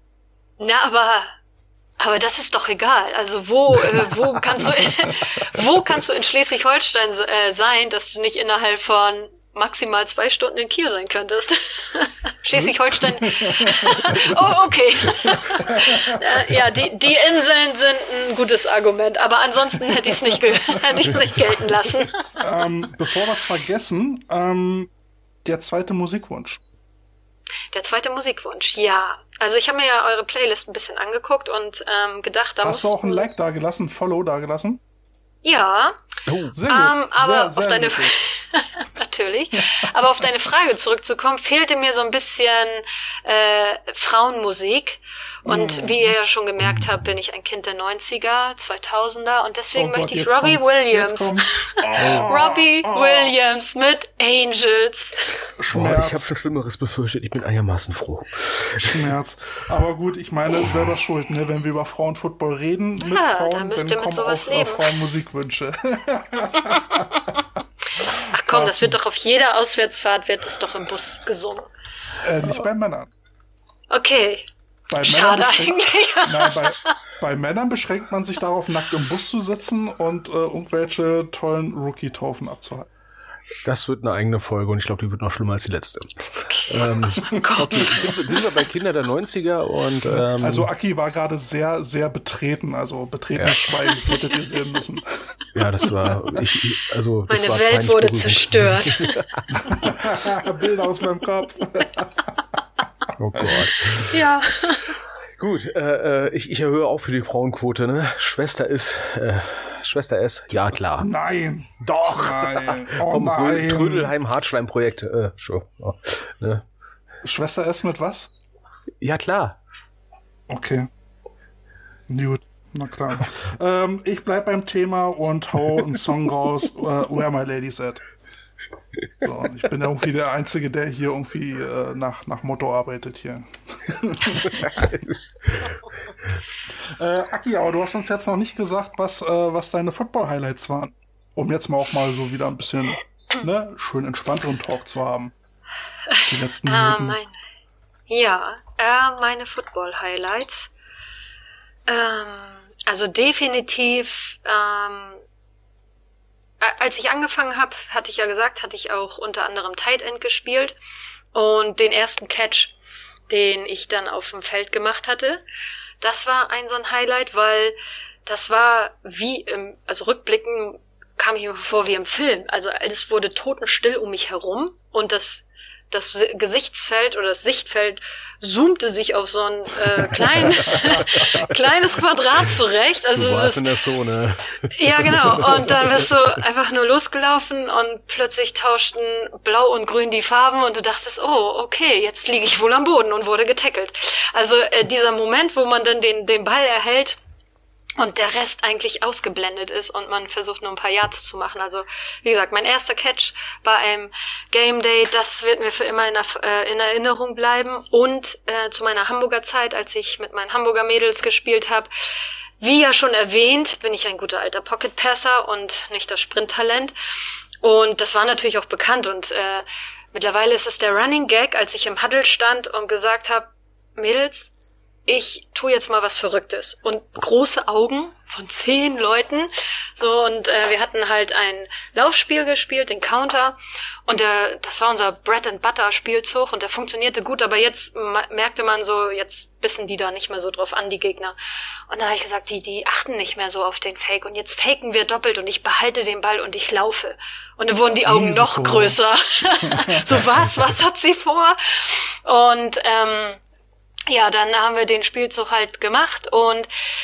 Na, aber, aber das ist doch egal. Also wo, äh, wo kannst du, wo kannst du in Schleswig-Holstein äh, sein, dass du nicht innerhalb von maximal zwei Stunden in Kiel sein könntest. Schleswig-Holstein. Oh, okay. Ja, die, die Inseln sind ein gutes Argument, aber ansonsten hätte ich es nicht, ge- hätte ich's nicht gelten lassen. Ähm, bevor wir es vergessen, ähm, der zweite Musikwunsch. Der zweite Musikwunsch, ja. Also ich habe mir ja eure Playlist ein bisschen angeguckt und ähm, gedacht, da Hast muss... du auch ein Like da gelassen, Follow da gelassen? Ja. Oh, sehr gut. Ähm, aber sehr, sehr auf deine gut. natürlich. Aber auf deine Frage zurückzukommen, fehlte mir so ein bisschen äh, Frauenmusik. Und mm. wie ihr ja schon gemerkt habt, bin ich ein Kind der neunziger, zweitausender und deswegen oh möchte Gott, ich Robbie kommt's. Williams. Oh, Robbie oh. Williams mit Angels. Boah, ich habe schon Schlimmeres befürchtet. Ich bin einigermaßen froh. Schmerz. Aber gut, ich meine, selber schuld, ne? Wenn wir über Frauenfootball reden, mit ja, Frauen, dann, dann kommen sowas auch äh, Frauenmusikwünsche. Ach komm, das wird doch auf jeder Auswärtsfahrt wird es doch im Bus gesungen. Äh, nicht bei Männern. Okay. Bei Schade eigentlich. Nein, bei, bei Männern beschränkt man sich darauf, nackt im Bus zu sitzen und äh, irgendwelche tollen Rookie-Taufen abzuhalten. Das wird eine eigene Folge und ich glaube, die wird noch schlimmer als die letzte. Okay. Ähm, okay. Sind, wir, sind wir bei Kinder der neunziger und ähm, also Aki war gerade sehr, sehr betreten, also betretenes ja. Schweigen, das hättet ihr sehen müssen. Ja, das war, ich, ich, also meine das war Welt wurde berührend. Zerstört. Bilder aus meinem Kopf. Oh Gott. Ja. Gut, äh, ich, ich erhöhe auch für die Frauenquote, ne? Schwester ist, äh, Schwester S, ja klar. Nein. Doch. Nein. Oh Vom nein. Trödelheim-Hartschleim-Projekt. Äh, schon. Oh, ne? Schwester S mit was? Ja klar. Okay. Gut. Na klar. ähm, ich bleib beim Thema und hau einen Song raus, uh, Where My Lady's At. So, ich bin ja irgendwie der Einzige, der hier irgendwie äh, nach, nach Motto arbeitet hier. äh, Aki, aber du hast uns jetzt noch nicht gesagt, was, äh, was deine Football-Highlights waren. Um jetzt mal auch mal so wieder ein bisschen ne, schön entspannteren Talk zu haben. Die letzten Minuten. Uh, mein, ja, uh, meine Football-Highlights. Ähm, also definitiv... Ähm, Als ich angefangen habe, hatte ich ja gesagt, hatte ich auch unter anderem Tight End gespielt und den ersten Catch, den ich dann auf dem Feld gemacht hatte, das war ein so ein Highlight, weil das war wie im, also rückblickend kam ich mir vor wie im Film, also alles wurde totenstill um mich herum und das das Gesichtsfeld oder das Sichtfeld zoomte sich auf so ein äh, klein, kleines Quadrat zurecht. Also du warst das, in der Zone. Ja, genau. Und dann bist du einfach nur losgelaufen und plötzlich tauschten Blau und Grün die Farben und du dachtest, oh, okay, jetzt liege ich wohl am Boden und wurde getackelt. Also äh, dieser Moment, wo man dann den, den Ball erhält, und der Rest eigentlich ausgeblendet ist und man versucht nur ein paar Yards zu machen. Also, wie gesagt, mein erster Catch bei einem Game Day, das wird mir für immer in, äh, in Erinnerung bleiben. Und äh, zu meiner Hamburger Zeit, als ich mit meinen Hamburger Mädels gespielt habe, wie ja schon erwähnt, bin ich ein guter alter Pocket Passer und nicht das Sprinttalent. Und das war natürlich auch bekannt. Und äh, mittlerweile ist es der Running Gag, als ich im Huddle stand und gesagt habe, Mädels, ich tue jetzt mal was Verrücktes. Und große Augen von zehn Leuten. So, und äh, wir hatten halt ein Laufspiel gespielt, den Counter. Und der, das war unser Bread-and-Butter-Spielzug und der funktionierte gut. Aber jetzt ma- merkte man so, jetzt bissen die da nicht mehr so drauf an, die Gegner. Und dann habe ich gesagt, die, die achten nicht mehr so auf den Fake. Und jetzt faken wir doppelt und ich behalte den Ball und ich laufe. Und dann wurden die Augen Risiko. noch größer. So, was? Was hat sie vor? Und, ähm, ja, dann haben wir den Spielzug halt gemacht und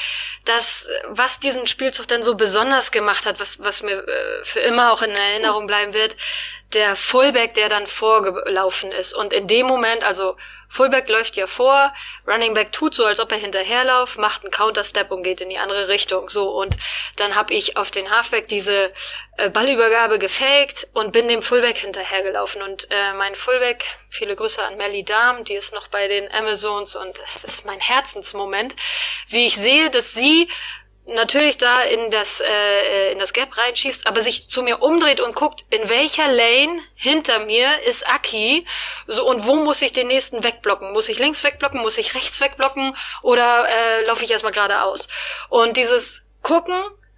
das, was diesen Spielzug dann so besonders gemacht hat, was, was mir äh, für immer auch in Erinnerung bleiben wird, der Fullback, der dann vorgelaufen ist und in dem Moment, also Fullback läuft ja vor, Running Back tut so, als ob er hinterherläuft, macht einen Counter-Step und geht in die andere Richtung. So, und dann habe ich auf den Halfback diese äh, Ballübergabe gefaked und bin dem Fullback hinterhergelaufen. Und äh, mein Fullback, viele Grüße an Melly Dahm, die ist noch bei den Amazons und es ist mein Herzensmoment, wie ich sehe, dass sie natürlich da in das äh, in das Gap reinschießt, aber sich zu mir umdreht und guckt, in welcher Lane hinter mir ist Aki, so, und wo muss ich den nächsten wegblocken? Muss ich links wegblocken? Muss ich rechts wegblocken? Oder äh, laufe ich erstmal geradeaus? Und dieses Gucken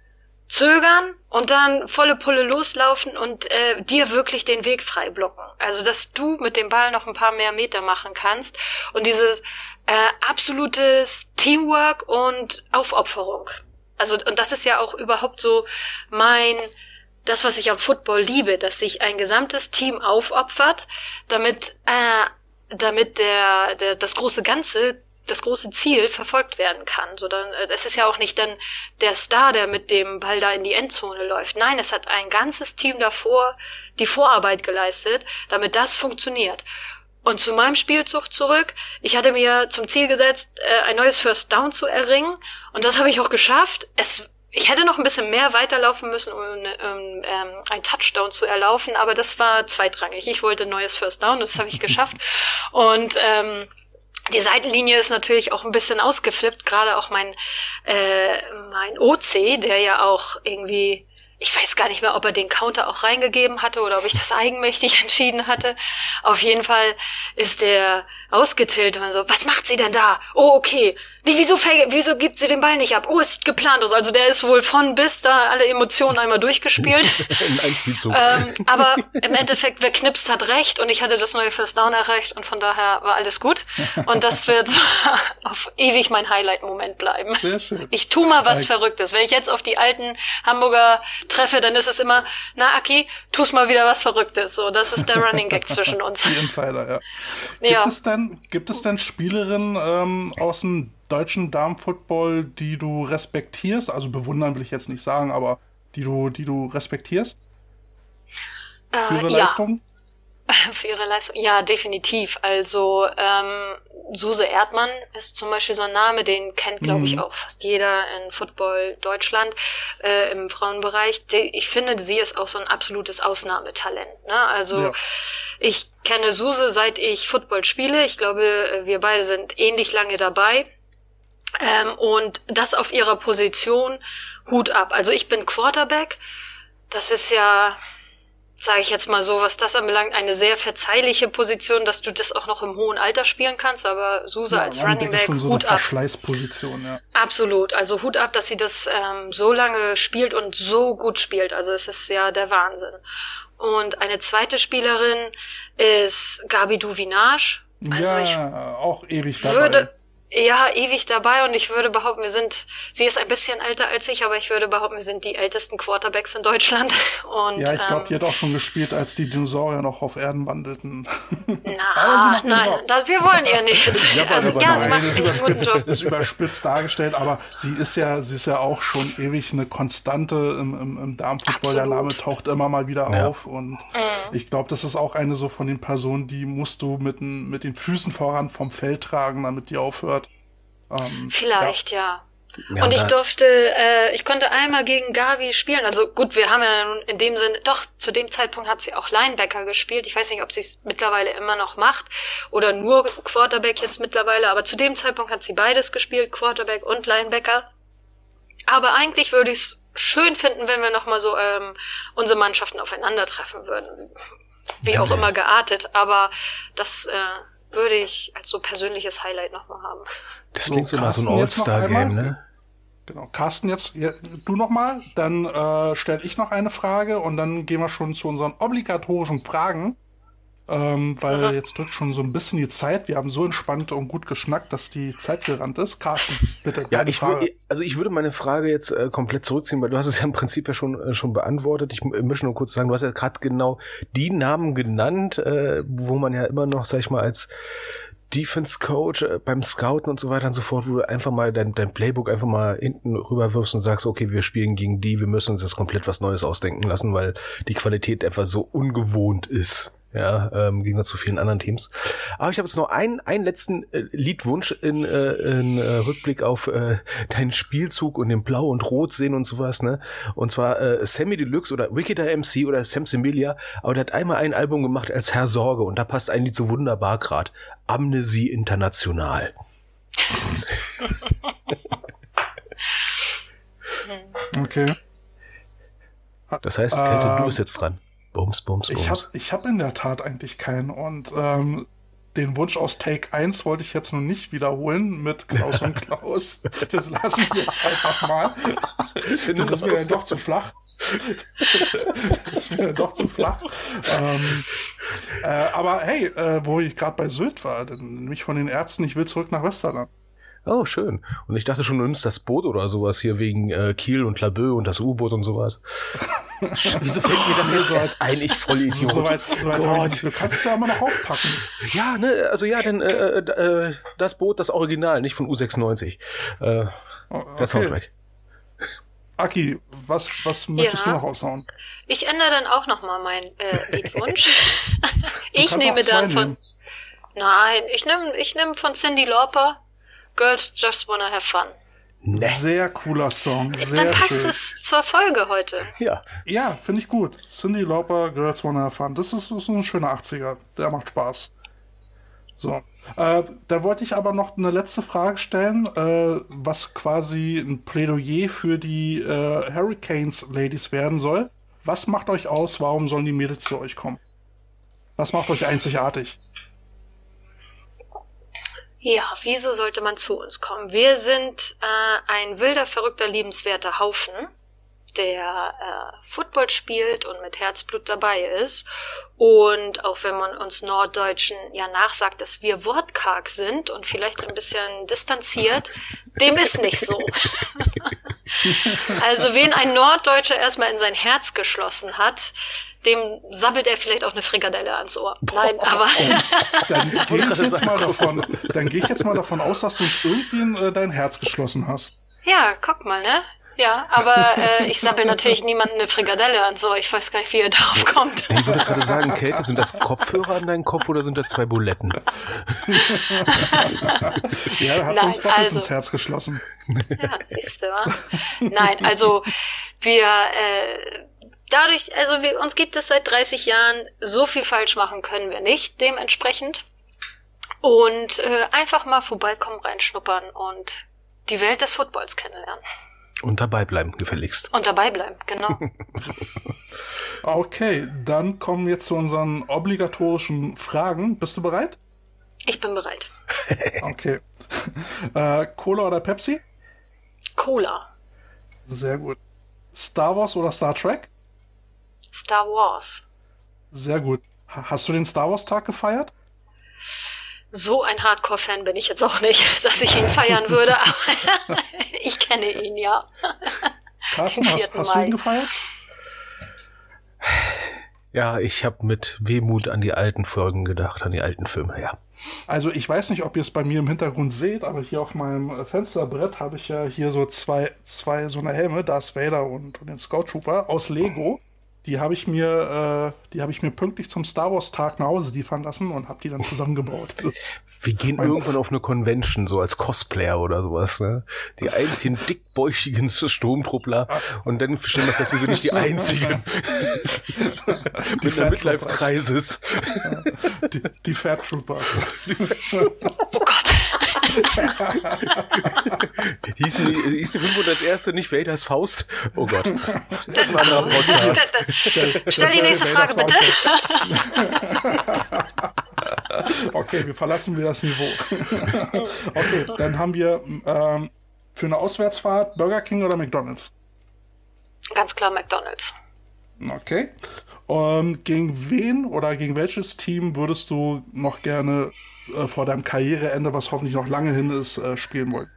zögern und dann volle Pulle loslaufen und äh, dir wirklich den Weg frei blocken. Also, dass du mit dem Ball noch ein paar mehr Meter machen kannst und dieses äh, absolutes Teamwork und Aufopferung. Also, und das ist ja auch überhaupt so mein, das, was ich am Football liebe, dass sich ein gesamtes Team aufopfert, damit, äh, damit der, der, das große Ganze, das große Ziel verfolgt werden kann. So dann, es ist ja auch nicht dann der Star, der mit dem Ball da in die Endzone läuft. Nein, es hat ein ganzes Team davor die Vorarbeit geleistet, damit das funktioniert. Und zu meinem Spielzug zurück. Ich hatte mir zum Ziel gesetzt, ein neues First Down zu erringen. Und das habe ich auch geschafft. Es, ich hätte noch ein bisschen mehr weiterlaufen müssen, um ähm, ähm, einen Touchdown zu erlaufen. Aber das war zweitrangig. Ich wollte ein neues First Down, das habe ich geschafft. Und ähm, die Seitenlinie ist natürlich auch ein bisschen ausgeflippt, gerade auch mein äh, mein O C, der ja auch irgendwie, ich weiß gar nicht mehr, ob er den Counter auch reingegeben hatte oder ob ich das eigenmächtig entschieden hatte. Auf jeden Fall ist der ausgetillt und so, was macht sie denn da? Oh, okay. Nee, wieso, wieso gibt sie den Ball nicht ab? Oh, es sieht geplant aus. Also der ist wohl von bis da alle Emotionen einmal durchgespielt. Ein Spielzug. ähm, aber im Endeffekt, wer knipst, hat recht und ich hatte das neue First Down erreicht und von daher war alles gut. Und das wird auf ewig mein Highlight-Moment bleiben. Sehr schön. Ich tu mal was Verrücktes. Wenn ich jetzt auf die alten Hamburger treffe, dann ist es immer, na Aki, tu's mal wieder was Verrücktes. So, das ist der Running Gag zwischen uns. Die Insider, ja. Gibt ja. es denn, gibt es denn Spielerinnen ähm, aus dem deutschen Damenfootball, die du respektierst? Also bewundern will ich jetzt nicht sagen, aber die du, die du respektierst? Äh, Für ihre ja. Leistung? Für ihre Leistung? Ja, definitiv. Also ähm, Suse Erdmann ist zum Beispiel so ein Name, den kennt, glaube ich, auch fast jeder in Football Deutschland äh, im Frauenbereich. Die, ich finde, sie ist auch so ein absolutes Ausnahmetalent. Ne? Also ja. Ich kenne Suse, seit ich Football spiele. Ich glaube, wir beide sind ähnlich lange dabei. Ähm, und das auf ihrer Position, Hut ab. Also ich bin Quarterback. Das ist ja, sage ich jetzt mal so, was das anbelangt, eine sehr verzeihliche Position, dass du das auch noch im hohen Alter spielen kannst. Aber Suse ja, als Running Back, schon so Hut eine ab. Verschleißposition, ja. Absolut. Also Hut ab, dass sie das ähm, so lange spielt und so gut spielt. Also es ist ja der Wahnsinn. Und eine zweite Spielerin ist Gabi Duvinage. Also ja, ich auch ewig dabei. Würde, ja, ewig dabei und ich würde behaupten, wir sind, sie ist ein bisschen älter als ich, aber ich würde behaupten, wir sind die ältesten Quarterbacks in Deutschland. Und, ja, ich glaube, ähm, die hat auch schon gespielt, als die Dinosaurier noch auf Erden wandelten. Na, nein, da, wir wollen ihr nicht. Ja, also, aber ja, sie nein, macht ist, einen überspitzt, guten Job. ist überspitzt dargestellt, aber sie ist ja, sie ist ja auch schon ewig eine Konstante im, im, im Damenfootball. Der Name taucht immer mal wieder ja. auf und mhm. ich glaube, das ist auch eine so von den Personen, die musst du mit, mit den Füßen voran vom Feld tragen, damit die aufhört. Ähm, Vielleicht, ja. ja. ja. Und ich durfte, äh, ich konnte einmal gegen Gabi spielen. Also gut, wir haben ja nun in dem Sinne, doch, zu dem Zeitpunkt hat sie auch Linebacker gespielt. Ich weiß nicht, ob sie es mittlerweile immer noch macht oder nur Quarterback jetzt mittlerweile, aber zu dem Zeitpunkt hat sie beides gespielt, Quarterback und Linebacker. Aber eigentlich würde ich es schön finden, wenn wir nochmal so ähm, unsere Mannschaften aufeinandertreffen würden. Wie ja, auch ja. immer geartet, aber das äh, würde ich als so persönliches Highlight nochmal haben. Das klingt so, so nach so einem All-Star-Game, ne? Genau. Carsten, jetzt ja, du nochmal, dann äh, stelle ich noch eine Frage und dann gehen wir schon zu unseren obligatorischen Fragen, ähm, weil Aha. jetzt drückt schon so ein bisschen die Zeit. Wir haben so entspannt und gut geschnackt, dass die Zeit gerannt ist. Carsten, bitte. Ja, ich würde, also ich würde meine Frage jetzt äh, komplett zurückziehen, weil du hast es ja im Prinzip ja schon äh, schon beantwortet. Ich äh, möchte nur kurz sagen, du hast ja gerade genau die Namen genannt, äh, wo man ja immer noch, sag ich mal, als Defense Coach äh, beim Scouten und so weiter und so fort, wo du einfach mal dein, dein Playbook einfach mal hinten rüberwirfst und sagst, okay, wir spielen gegen die, wir müssen uns jetzt komplett was Neues ausdenken lassen, weil die Qualität einfach so ungewohnt ist. Ja, ähm, im Gegensatz zu vielen anderen Teams. Aber ich habe jetzt noch einen, einen letzten äh, Liedwunsch in, äh, in äh, Rückblick auf äh, deinen Spielzug und den Blau und Rot sehen und sowas, ne? Und zwar äh, Sammy Deluxe oder Wickeder M C oder Sam Similia, aber der hat einmal ein Album gemacht als Herr Sorge und da passt ein Lied so wunderbar grad. Amnesie International. Okay. Das heißt, Kälte, ähm, du bist jetzt dran. Bums, bums, bums. Ich habe ich hab in der Tat eigentlich keinen und ähm, den Wunsch aus Take eins wollte ich jetzt nun nicht wiederholen mit Klaus und Klaus. Das lasse ich jetzt einfach mal. Das ist mir dann doch zu flach. Das ist mir dann doch zu flach. Ähm, äh, aber hey, äh, wo ich gerade bei Sylt war, dann nämlich von den Ärzten, ich will zurück nach Westerland. Oh, schön. Und ich dachte schon, du nimmst das Boot oder sowas hier wegen äh, Kiel und Laboe und das U-Boot und sowas. Wieso fällt mir das jetzt so erst ein? Ich voll Idiot. So weit, so weit ich, du kannst es ja immer noch aufpacken. Ja, ne, also ja, dann äh, äh, das Boot, das Original, nicht von U sechsundneunzig. Äh, okay. Der Soundtrack. Aki, was, was möchtest ja. du noch raushauen? Ich ändere dann auch nochmal meinen äh, Liedwunsch. Ich nehme dann von... Nehmen. Nein, ich nehme ich nehm von Cyndi Lauper Girls Just Wanna Have Fun. Nee. Sehr cooler Song, sehr Dann passt schön. es zur Folge heute. Ja. Ja, finde ich gut. Cyndi Lauper, Girls Wanna Have Fun. Das ist, das ist ein schöner achtziger. Der macht Spaß. So. Äh, da wollte ich aber noch eine letzte Frage stellen, äh, was quasi ein Plädoyer für die äh, Hurricanes-Ladies werden soll. Was macht euch aus? Warum sollen die Mädels zu euch kommen? Was macht euch einzigartig? Ja, wieso sollte man zu uns kommen? Wir sind äh, ein wilder, verrückter, liebenswerter Haufen, der äh, Football spielt und mit Herzblut dabei ist. Und auch wenn man uns Norddeutschen ja nachsagt, dass wir wortkarg sind und vielleicht ein bisschen distanziert, dem ist nicht so. Also wen ein Norddeutscher erstmal in sein Herz geschlossen hat, dem sabbelt er vielleicht auch eine Frikadelle ans Ohr. Nein, aber... Dann gehe ich jetzt mal davon, dann gehe ich jetzt mal davon aus, dass du uns irgendwie in äh, dein Herz geschlossen hast. Ja, guck mal, ne? Ja, aber äh, ich sabbel natürlich niemandem eine Frikadelle ans Ohr. Ich weiß gar nicht, wie ihr darauf kommt. Ich würde gerade sagen, Käthe, sind das Kopfhörer an deinem Kopf oder sind das zwei Buletten? Ja, da hat Nein, uns doppelt also, ins Herz geschlossen. Ja, siehst du, wa? Nein, also wir... Äh, Dadurch, also wir, uns gibt es seit dreißig Jahren, so viel falsch machen können wir nicht, dementsprechend. Und äh, einfach mal vorbeikommen, reinschnuppern und die Welt des Footballs kennenlernen. Und dabei bleiben, gefälligst. Und dabei bleiben, genau. Okay, dann kommen wir jetzt zu unseren obligatorischen Fragen. Bist du bereit? Ich bin bereit. Okay. äh, Cola oder Pepsi? Cola. Sehr gut. Star Wars oder Star Trek? Star Wars. Sehr gut. Hast du den Star Wars Tag gefeiert? So ein Hardcore-Fan bin ich jetzt auch nicht, dass ich ihn feiern würde, aber ich kenne ihn, ja. Carsten, hast, hast du ihn gefeiert? Ja, ich habe mit Wehmut an die alten Folgen gedacht, an die alten Filme, ja. Also ich weiß nicht, ob ihr es bei mir im Hintergrund seht, aber hier auf meinem Fensterbrett habe ich ja hier so zwei, zwei so eine Helme, Darth Vader und, und den Scout Trooper aus Lego. Die habe ich mir, äh, die habe ich mir pünktlich zum Star Wars Tag nach Hause liefern lassen und habe die dann zusammengebaut. Wir gehen mein irgendwann auf eine Convention, so als Cosplayer oder sowas, ne? Die einzigen dickbäuchigen Sturmtruppler und dann stellen wir fest, wir sind nicht die einzigen. Mit einer Midlife-Crisis. Die, die Fat Troopers. Oh Gott. Hießen die, hieß die fünfhunderterste nicht Vaders Faust? Oh Gott. Das war ein anderer Podcast. Stell die nächste Frage, bitte. Okay, wir verlassen wieder das Niveau. Okay, dann haben wir ähm, für eine Auswärtsfahrt Burger King oder McDonald's? Ganz klar McDonald's. Okay. Und gegen wen oder gegen welches Team würdest du noch gerne äh, vor deinem Karriereende, was hoffentlich noch lange hin ist, äh, spielen wollen?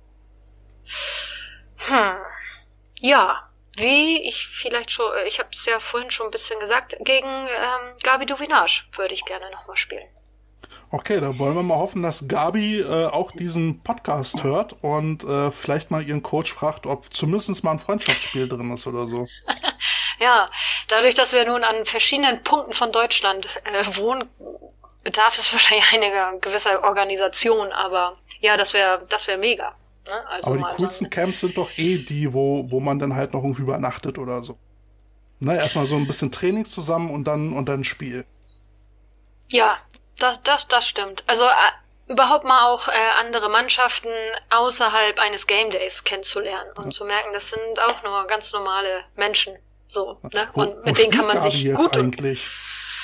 Hm. Ja, wie ich vielleicht schon, ich habe es ja vorhin schon ein bisschen gesagt, gegen ähm, Gabi Duvinage würde ich gerne nochmal spielen. Okay, dann wollen wir mal hoffen, dass Gabi äh, auch diesen Podcast hört und äh, vielleicht mal ihren Coach fragt, ob zumindest mal ein Freundschaftsspiel drin ist oder so. Ja, dadurch, dass wir nun an verschiedenen Punkten von Deutschland äh, wohnen, bedarf es wahrscheinlich eine gewisse Organisation, aber ja, das wäre das wäre mega. Ne? Also aber die coolsten so Camps sind doch eh die, wo, wo man dann halt noch irgendwie übernachtet oder so. Ne, erstmal so ein bisschen Training zusammen und dann und dann Spiel. Ja, das, das, das stimmt. Also äh, überhaupt mal auch äh, andere Mannschaften außerhalb eines Game Days kennenzulernen und ja. zu merken, das sind auch nur ganz normale Menschen. So, ne? Wo, und mit denen kann man sich jetzt gut eigentlich?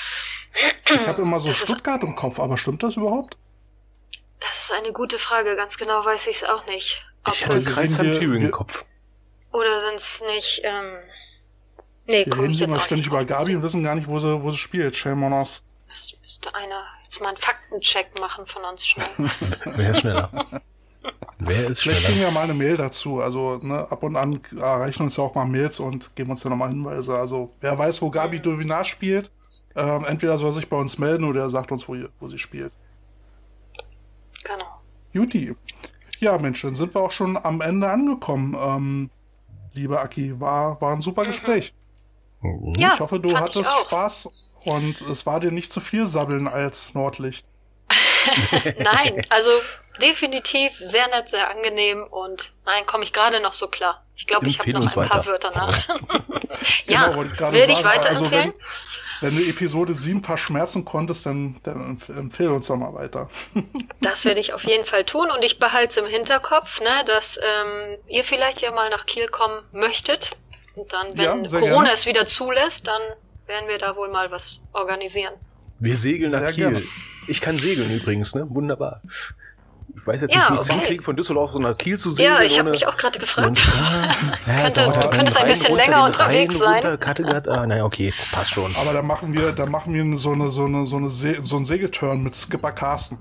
Ich habe immer so das Stuttgart im Kopf, aber stimmt das überhaupt? Das ist eine gute Frage, ganz genau weiß ich es auch nicht. Ob ich hatte Kreis Thüringen im Kopf. Oder sind es nicht, ähm... Nee, wir reden immer ständig über Gabi und wissen gar nicht, wo sie, wo sie spielt. Shame on us. Müsste, müsste einer jetzt mal einen Faktencheck machen von uns schnell. Wer ist schneller? Wer ist Vielleicht schneller? kriegen wir mal eine Mail dazu. Also ne, ab und an erreichen uns ja auch mal Mails und geben uns ja nochmal Hinweise. Also wer weiß, wo Gabi mhm. Dövinar spielt, ähm, entweder soll er sich bei uns melden oder er sagt uns, wo, wo sie spielt. Genau. Juti. Ja, Mensch, dann sind wir auch schon am Ende angekommen. Ähm, liebe Aki, war, war ein super mhm. Gespräch. Mhm. Ja, ich hoffe, du hattest Spaß und es war dir nicht zu viel Sabbeln als Nordlicht. Nein, also definitiv sehr nett, sehr angenehm und nein, komme ich gerade noch so klar. Ich glaube, ich habe noch ein weiter. paar Wörter nach. Ja, genau, ich will ich weiterempfehlen? Also wenn, wenn du Episode sieben verschmerzen konntest, dann, dann empfehle uns doch mal weiter. Das werde ich auf jeden Fall tun und ich behalte es im Hinterkopf, ne, dass ähm, ihr vielleicht ja mal nach Kiel kommen möchtet. Und dann, wenn ja, Corona gerne. es wieder zulässt, dann werden wir da wohl mal was organisieren. Wir segeln nach Sehr Kiel. Gerne. Ich kann segeln übrigens, ne? Wunderbar. Ich weiß jetzt ja, nicht, wie ich es okay. hinkriege, von Düsseldorf nach Kiel zu segeln. Ja, ich habe ohne... mich auch gerade gefragt. Und, ah, ja, Könnte, dauert du könntest ein bisschen runter, länger unterwegs Rhein, sein. Runter, Kattegat, ah, naja, okay, passt schon. Aber da machen wir, da machen wir so eine, so eine, so eine Se- so einen Segelturn mit Skipper Carsten.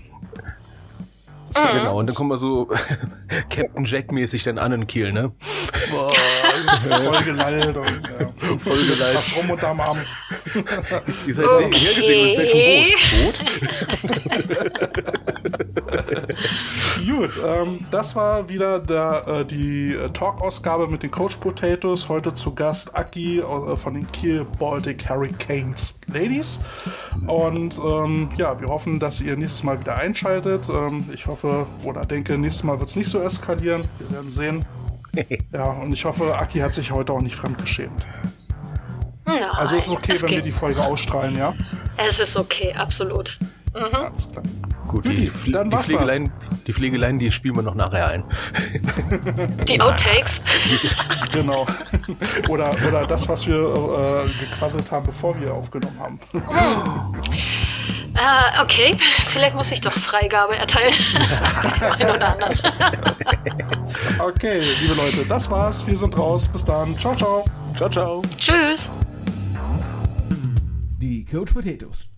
Ja, genau, und dann kommen wir so Captain Jack-mäßig dann an in Kiel, ne? Boah, voll gelallt und ja. Voll gelallt. Was rum unterm Arm. Ihr seid okay. hergesegelt mit welchem Boot? Boot? Gut, ähm, das war wieder der, äh, die Talk-Ausgabe mit den Coach Potatoes. Heute zu Gast Aki äh, von den Kiel Baltic Hurricanes Ladies. Und ähm, ja, wir hoffen, dass ihr nächstes Mal wieder einschaltet. Ähm, ich hoffe oder denke, nächstes Mal wird es nicht so eskalieren. Wir werden sehen. Ja, und ich hoffe, Aki hat sich heute auch nicht fremdgeschämt. Nein, also ist es okay, es wenn geht. wir die Folge ausstrahlen, ja? Es ist okay, absolut. Mhm. Alles klar. Gut, die, Pfle- Dann die, war's Pflegeleien, die Pflegeleien, die spielen wir noch nachher ein. Die Outtakes. Genau. Oder, oder das, was wir äh, gequasselt haben, bevor wir aufgenommen haben. Äh, okay, vielleicht muss ich doch Freigabe erteilen. Ein oder anderen. Okay, liebe Leute, das war's. Wir sind raus. Bis dann. Ciao, ciao. Ciao, ciao. Tschüss. Die Coach Potatoes.